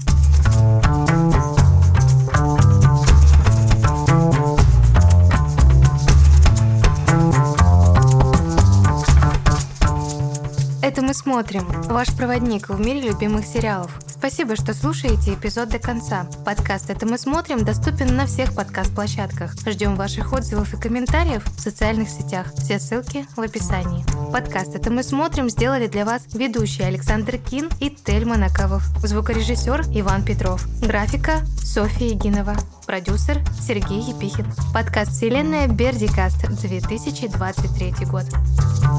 Это мы смотрим. Ваш проводник в мире любимых сериалов. Спасибо, что слушаете эпизод до конца. Подкаст «Это мы смотрим» доступен на всех подкаст-площадках. Ждем ваших отзывов и комментариев в социальных сетях. Все ссылки в описании. Подкаст «Это мы смотрим» сделали для вас ведущие Александр Кин и Тельма Накавов. Звукорежиссер Иван Петров. Графика Софья Егинова. Продюсер Сергей Епихин. Подкаст «Вселенная Бердикаст», 2023 год.